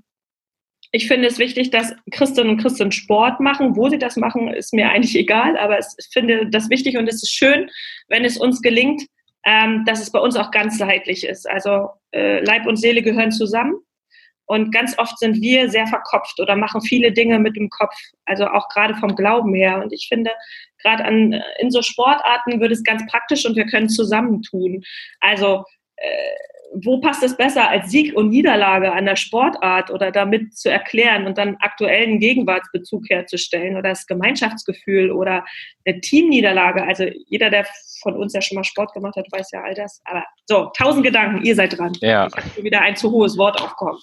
ich finde es wichtig, dass Christinnen und Christen Sport machen. Wo sie das machen, ist mir eigentlich egal, aber ich finde das wichtig und es ist schön, wenn es uns gelingt, ähm, dass es bei uns auch ganzheitlich ist. Also äh, Leib und Seele gehören zusammen. Und ganz oft sind wir sehr verkopft oder machen viele Dinge mit dem Kopf, also auch gerade vom Glauben her. Und ich finde, gerade an in so Sportarten wird es ganz praktisch und wir können zusammentun. Also äh, wo passt es besser als Sieg und Niederlage an der Sportart oder damit zu erklären und dann aktuellen Gegenwartsbezug herzustellen oder das Gemeinschaftsgefühl oder eine Teamniederlage. Also jeder, der von uns ja schon mal Sport gemacht hat, weiß ja all das. Aber so, tausend Gedanken, ihr seid dran. Ja. Ich habe wieder ein zu hohes Wort aufkommen.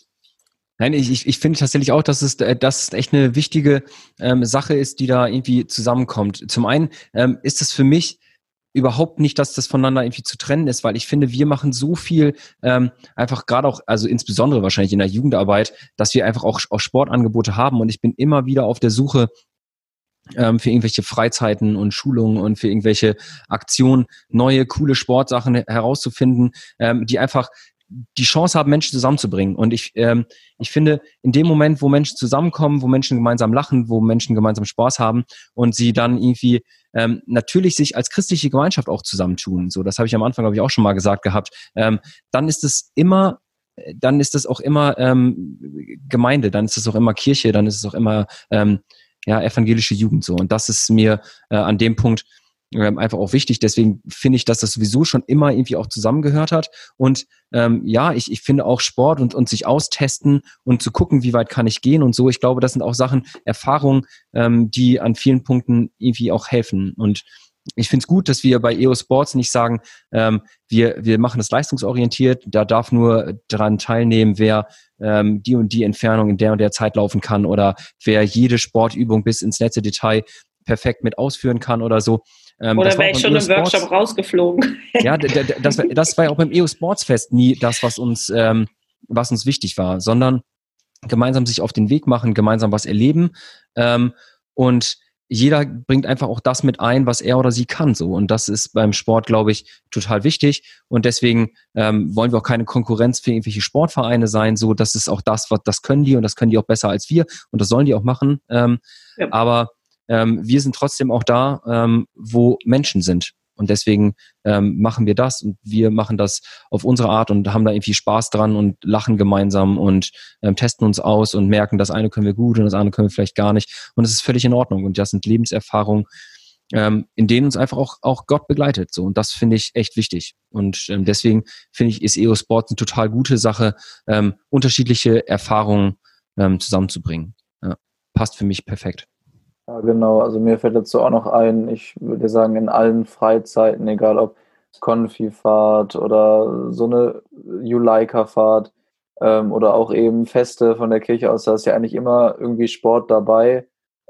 Nein, ich, ich, ich finde tatsächlich auch, dass es, dass es echt eine wichtige ähm, Sache ist, die da irgendwie zusammenkommt. Zum einen ähm, ist es für mich überhaupt nicht, dass das voneinander irgendwie zu trennen ist, weil ich finde, wir machen so viel, ähm, einfach gerade auch, also insbesondere wahrscheinlich in der Jugendarbeit, dass wir einfach auch, auch Sportangebote haben und ich bin immer wieder auf der Suche ähm, für irgendwelche Freizeiten und Schulungen und für irgendwelche Aktionen, neue, coole Sportsachen herauszufinden, ähm, die einfach die Chance haben, Menschen zusammenzubringen. Und ich, ähm, ich finde, in dem Moment, wo Menschen zusammenkommen, wo Menschen gemeinsam lachen, wo Menschen gemeinsam Spaß haben und sie dann irgendwie ähm, natürlich sich als christliche Gemeinschaft auch zusammentun, so, das habe ich am Anfang, glaube ich, auch schon mal gesagt gehabt, ähm, dann ist es immer, dann ist es auch immer ähm, Gemeinde, dann ist es auch immer Kirche, dann ist es auch immer ähm, ja, evangelische Jugend so. Und das ist mir äh, an dem Punkt Ähm, einfach auch wichtig. Deswegen finde ich, dass das sowieso schon immer irgendwie auch zusammengehört hat. Und ähm, ja, ich, ich finde auch Sport und, und sich austesten und zu gucken, wie weit kann ich gehen und so. Ich glaube, das sind auch Sachen, Erfahrungen, ähm, die an vielen Punkten irgendwie auch helfen. Und ich finde es gut, dass wir bei E O Sports nicht sagen, ähm, wir, wir machen das leistungsorientiert, da darf nur dran teilnehmen, wer ähm, die und die Entfernung in der und der Zeit laufen kann oder wer jede Sportübung bis ins letzte Detail perfekt mit ausführen kann oder so. Ähm, Oder wäre ich schon im Workshop rausgeflogen? Ja, d- d- das, das war ja auch beim E O Sportsfest nie das, was uns, ähm, was uns wichtig war, sondern gemeinsam sich auf den Weg machen, gemeinsam was erleben ähm, und jeder bringt einfach auch das mit ein, was er oder sie kann. So. Und das ist beim Sport, glaube ich, total wichtig. Und deswegen ähm, wollen wir auch keine Konkurrenz für irgendwelche Sportvereine sein. So, das ist auch das, was das können die und das können die auch besser als wir und das sollen die auch machen. Ähm, ja. Aber Ähm, wir sind trotzdem auch da, ähm, wo Menschen sind. Und deswegen ähm, machen wir das und wir machen das auf unsere Art und haben da irgendwie Spaß dran und lachen gemeinsam und ähm, testen uns aus und merken, das eine können wir gut und das andere können wir vielleicht gar nicht. Und es ist völlig in Ordnung. Und das sind Lebenserfahrungen, ähm, in denen uns einfach auch, auch Gott begleitet. So. Und das finde ich echt wichtig. Und ähm, deswegen finde ich, ist E O Sport eine total gute Sache, ähm, unterschiedliche Erfahrungen ähm, zusammenzubringen. Ja, passt für mich perfekt. Ja, genau. Also mir fällt dazu auch noch ein, ich würde sagen, in allen Freizeiten, egal ob Konfifahrt oder so eine Juleika-Fahrt ähm, oder auch eben Feste von der Kirche aus, da ist ja eigentlich immer irgendwie Sport dabei.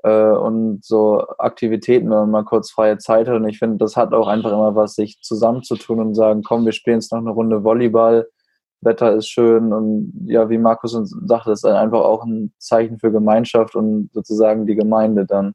äh, und so Aktivitäten, wenn man mal kurz freie Zeit hat. Und ich finde, das hat auch einfach immer was, sich zusammenzutun und sagen, komm, wir spielen jetzt noch eine Runde Volleyball, Wetter ist schön und ja, wie Markus uns sagte, das ist einfach auch ein Zeichen für Gemeinschaft und sozusagen die Gemeinde dann.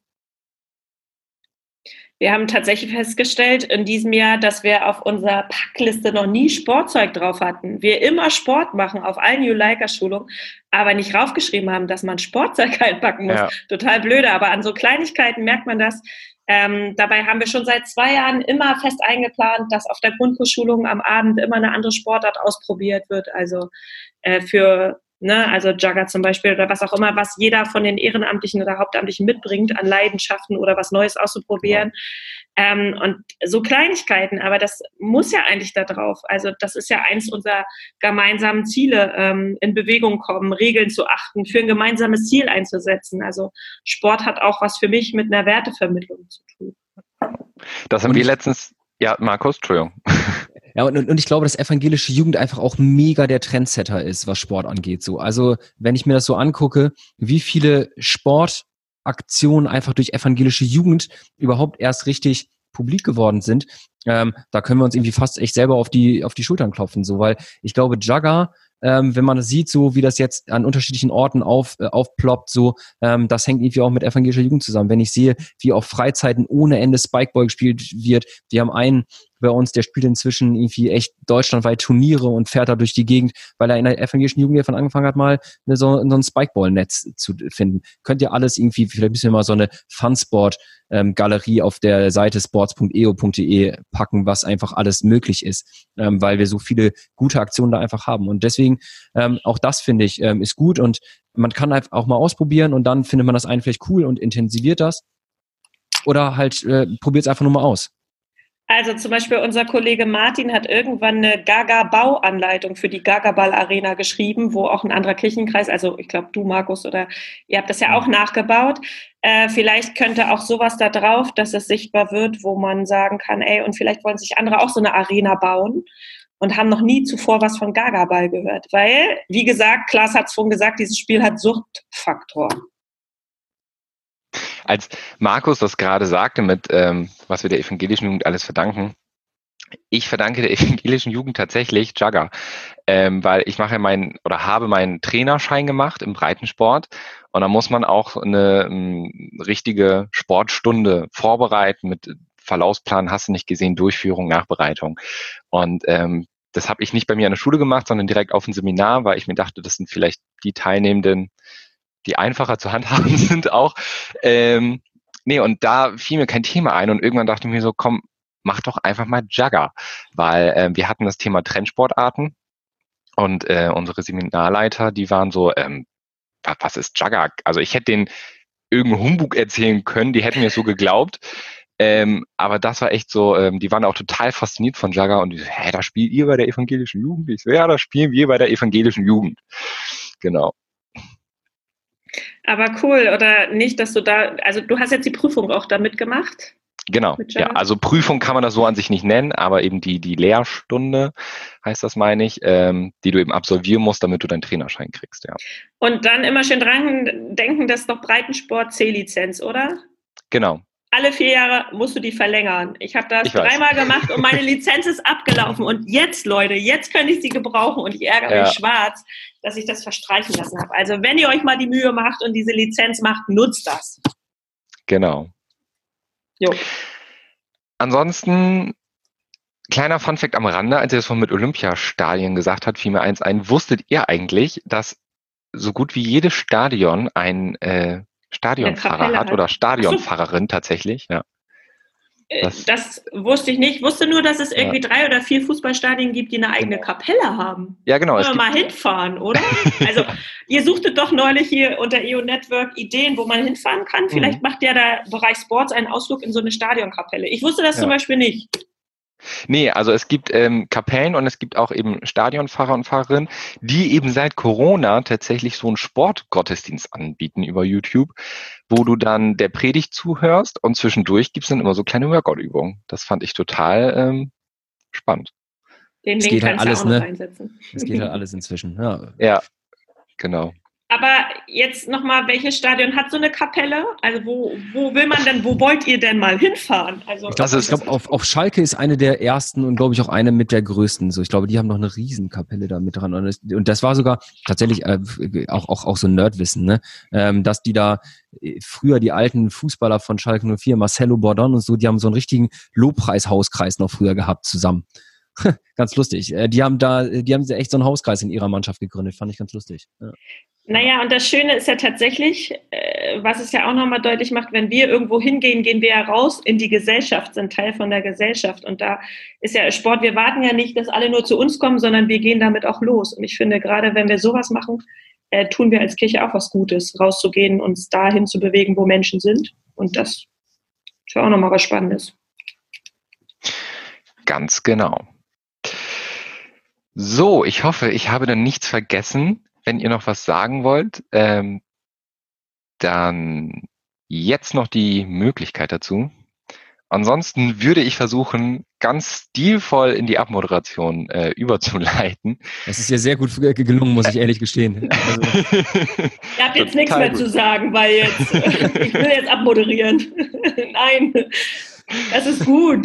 Wir haben tatsächlich festgestellt in diesem Jahr, dass wir auf unserer Packliste noch nie Sportzeug drauf hatten. Wir immer Sport machen auf allen New Liker-Schulungen, aber nicht raufgeschrieben haben, dass man Sportzeug einpacken muss. Ja. Total blöde, aber an so Kleinigkeiten merkt man das. Ähm, dabei haben wir schon seit zwei Jahren immer fest eingeplant, dass auf der Grundkursschulung am Abend immer eine andere Sportart ausprobiert wird. Also äh, für Ne, also Jugger zum Beispiel oder was auch immer, was jeder von den Ehrenamtlichen oder Hauptamtlichen mitbringt an Leidenschaften oder was Neues auszuprobieren. Ja. Ähm, und so Kleinigkeiten, aber das muss ja eigentlich da drauf. Also das ist ja eins unserer gemeinsamen Ziele, ähm, in Bewegung kommen, Regeln zu achten, für ein gemeinsames Ziel einzusetzen. Also Sport hat auch was für mich mit einer Wertevermittlung zu tun. Das haben und wir letztens, ja, Markus, Entschuldigung. Ja, und, und ich glaube, dass evangelische Jugend einfach auch mega der Trendsetter ist, was Sport angeht. So, also wenn ich mir das so angucke, wie viele Sportaktionen einfach durch evangelische Jugend überhaupt erst richtig publik geworden sind, ähm, da können wir uns irgendwie fast echt selber auf die auf die Schultern klopfen, so, weil ich glaube, Jugger, ähm, wenn man das sieht, so wie das jetzt an unterschiedlichen Orten auf äh, aufploppt, so, ähm, das hängt irgendwie auch mit evangelischer Jugend zusammen. Wenn ich sehe, wie auf Freizeiten ohne Ende Spikeball gespielt wird, wir haben einen bei uns, der spielt inzwischen irgendwie echt deutschlandweit Turniere und fährt da durch die Gegend, weil er in der evangelischen Jugend davon angefangen hat, mal eine, so, so ein Spikeball-Netz zu finden. Könnt ihr alles irgendwie, vielleicht müssen wir mal so eine Funsport-Galerie ähm, auf der Seite sports punkt e o punkt de packen, was einfach alles möglich ist, ähm, weil wir so viele gute Aktionen da einfach haben. Und deswegen, ähm, auch das finde ich, ähm, ist gut und man kann einfach auch mal ausprobieren und dann findet man das einen vielleicht cool und intensiviert das oder halt äh, probiert es einfach nur mal aus. Also zum Beispiel unser Kollege Martin hat irgendwann eine Gaga-Bauanleitung für die Gaga-Ball-Arena geschrieben, wo auch ein anderer Kirchenkreis, also ich glaube du, Markus, oder ihr habt das ja auch nachgebaut. Äh, vielleicht könnte auch sowas da drauf, dass es sichtbar wird, wo man sagen kann, ey, und vielleicht wollen sich andere auch so eine Arena bauen und haben noch nie zuvor was von Gaga-Ball gehört. Weil, wie gesagt, Klaas hat es vorhin gesagt, dieses Spiel hat Suchtfaktor. Als Markus das gerade sagte, mit ähm, was wir der evangelischen Jugend alles verdanken, ich verdanke der evangelischen Jugend tatsächlich Jugger, ähm, weil ich mache meinen oder habe meinen Trainerschein gemacht im Breitensport und da muss man auch eine um, richtige Sportstunde vorbereiten mit Verlaufsplan, hast du nicht gesehen, Durchführung, Nachbereitung und ähm, das habe ich nicht bei mir an der Schule gemacht, sondern direkt auf ein Seminar, weil ich mir dachte, das sind vielleicht die Teilnehmenden, die einfacher zu handhaben sind auch. Ähm, nee, und da fiel mir kein Thema ein und irgendwann dachte ich mir so, komm, mach doch einfach mal Jugger, weil äh, wir hatten das Thema Trendsportarten und äh, unsere Seminarleiter, die waren so, ähm, was ist Jugger? Also ich hätte denen irgendeinen Humbug erzählen können, die hätten mir so geglaubt, ähm, aber das war echt so, ähm, die waren auch total fasziniert von Jugger und die so, hä, da spielt ihr bei der evangelischen Jugend? Ich so, ja, da spielen wir bei der evangelischen Jugend. Genau. Aber cool, oder nicht, dass du da, also du hast jetzt die Prüfung auch da mitgemacht? Genau, ja, also Prüfung kann man das so an sich nicht nennen, aber eben die, die Lehrstunde, heißt das, meine ich, ähm, die du eben absolvieren musst, damit du deinen Trainerschein kriegst, ja. Und dann immer schön dran denken, das ist doch Breitensport C-Lizenz, oder? Genau. Alle vier Jahre musst du die verlängern. Ich habe das ich dreimal gemacht und meine Lizenz ist abgelaufen. Und jetzt, Leute, jetzt könnte ich sie gebrauchen. Und ich ärgere ja. mich schwarz, dass ich das verstreichen lassen habe. Also wenn ihr euch mal die Mühe macht und diese Lizenz macht, nutzt das. Genau. Jo. Ansonsten, kleiner Funfact am Rande, als ihr das von mit Olympiastadien gesagt hat, fiel mir eins ein. Wusstet ihr eigentlich, dass so gut wie jedes Stadion ein äh, Stadionfahrer hat, hat oder Stadionfahrerin tatsächlich, ja. Das, das wusste ich nicht. Ich wusste nur, dass es irgendwie ja. drei oder vier Fußballstadien gibt, die eine eigene Kapelle haben. Ja, genau. Wollen wir mal hinfahren, oder? Also, ihr suchtet doch neulich hier unter E O Network Ideen, wo man hinfahren kann. Vielleicht mhm. macht ja der Bereich Sports einen Ausflug in so eine Stadionkapelle. Ich wusste das ja. zum Beispiel nicht. Nee, also es gibt ähm, Kapellen und es gibt auch eben Stadionfahrer und Fahrerinnen, die eben seit Corona tatsächlich so einen Sportgottesdienst anbieten über YouTube, wo du dann der Predigt zuhörst und zwischendurch gibt's dann immer so kleine Workout-Übungen. Das fand ich total ähm, spannend. Den Link kannst du auch noch reinsetzen. Es geht halt alles inzwischen, ja. Ja, genau. Aber jetzt nochmal, welches Stadion hat so eine Kapelle? Also wo, wo will man denn, wo wollt ihr denn mal hinfahren? Also Ich glaube, Also ich glaub, auf, auf Schalke ist eine der ersten und glaube ich auch eine mit der größten. So, ich glaube, die haben noch eine Riesenkapelle da mit dran. Und das, und das war sogar tatsächlich äh, auch, auch, auch so Nerdwissen, ne? Ähm, dass die da äh, früher die alten Fußballer von Schalke null vier, Marcelo Bordon und so, die haben so einen richtigen Lobpreishauskreis noch früher gehabt zusammen. Ganz lustig. Äh, die haben da, die haben echt so einen Hauskreis in ihrer Mannschaft gegründet. Fand ich ganz lustig. Ja. Naja, und das Schöne ist ja tatsächlich, äh, was es ja auch nochmal deutlich macht, wenn wir irgendwo hingehen, gehen wir ja raus in die Gesellschaft, sind Teil von der Gesellschaft. Und da ist ja Sport, wir warten ja nicht, dass alle nur zu uns kommen, sondern wir gehen damit auch los. Und ich finde, gerade wenn wir sowas machen, äh, tun wir als Kirche auch was Gutes, rauszugehen, uns dahin zu bewegen, wo Menschen sind. Und das ist ja auch nochmal was Spannendes. Ganz genau. So, ich hoffe, ich habe dann nichts vergessen. Wenn ihr noch was sagen wollt, ähm, dann jetzt noch die Möglichkeit dazu. Ansonsten würde ich versuchen, ganz stilvoll in die Abmoderation äh, überzuleiten. Das ist ja sehr gut gelungen, muss ich ehrlich gestehen. Also, ihr habt jetzt nichts mehr gut zu sagen, weil jetzt, ich will jetzt abmoderieren. Nein, das ist gut.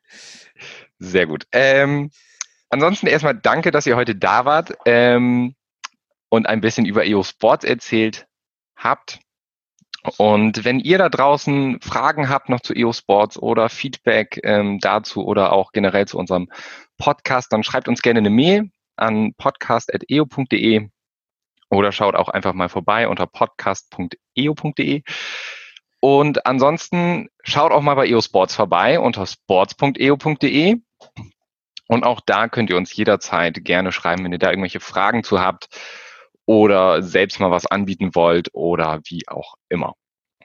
Sehr gut. Ähm, ansonsten erstmal danke, dass ihr heute da wart. Ähm, und ein bisschen über E O Sports erzählt habt. Und wenn ihr da draußen Fragen habt noch zu E O Sports oder Feedback ähm, dazu oder auch generell zu unserem Podcast, dann schreibt uns gerne eine Mail an podcast at e o punkt de oder schaut auch einfach mal vorbei unter podcast punkt e o punkt de. Und ansonsten schaut auch mal bei E O Sports vorbei unter sports punkt e o punkt de. Und auch da könnt ihr uns jederzeit gerne schreiben, wenn ihr da irgendwelche Fragen zu habt oder selbst mal was anbieten wollt oder wie auch immer.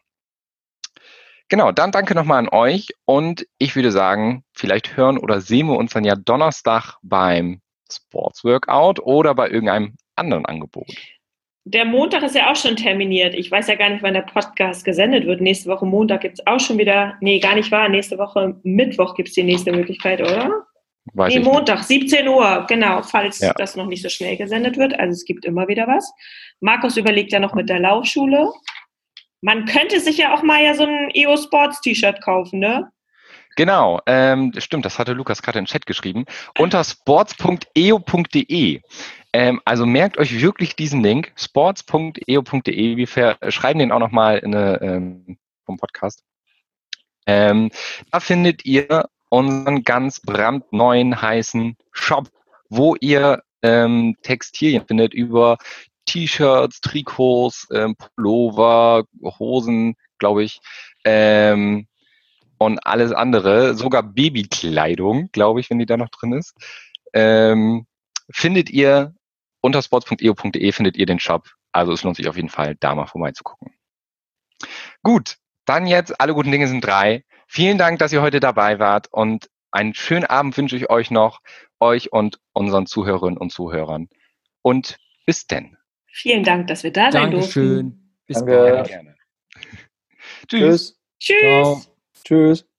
Genau, dann danke nochmal an euch und ich würde sagen, vielleicht hören oder sehen wir uns dann ja Donnerstag beim Sports Workout oder bei irgendeinem anderen Angebot. Der Montag ist ja auch schon terminiert. Ich weiß ja gar nicht, wann der Podcast gesendet wird. Nächste Woche Montag gibt es auch schon wieder, nee, gar nicht wahr, nächste Woche Mittwoch gibt es die nächste Möglichkeit, oder? Weiß nee, ich Montag, nicht. siebzehn Uhr, genau, falls ja. das noch nicht so schnell gesendet wird. Also es gibt immer wieder was. Markus überlegt ja noch mit der Laufschule. Man könnte sich ja auch mal ja so ein E O Sports T-Shirt kaufen, ne? Genau, ähm, stimmt, das hatte Lukas gerade in den Chat geschrieben. Unter sports punkt e o punkt de. Ähm, also merkt euch wirklich diesen Link, sports punkt e o punkt de. Wir schreiben den auch nochmal in eine, ähm, vom Podcast. Ähm, da findet ihr unseren ganz brandneuen heißen Shop, wo ihr ähm, Textilien findet über T-Shirts, Trikots, ähm, Pullover, Hosen, glaube ich, ähm, und alles andere, sogar Babykleidung, glaube ich, wenn die da noch drin ist, ähm, findet ihr unter sports punkt e o punkt de findet ihr den Shop. Also es lohnt sich auf jeden Fall, da mal vorbeizugucken. Gut, dann jetzt, alle guten Dinge sind drei. Vielen Dank, dass ihr heute dabei wart und einen schönen Abend wünsche ich euch noch, euch und unseren Zuhörerinnen und Zuhörern. Und bis denn. Vielen Dank, dass wir da sein Dankeschön. durften. Bis Danke. bald. Gerne. Tschüss. Tschüss. Ciao. Tschüss.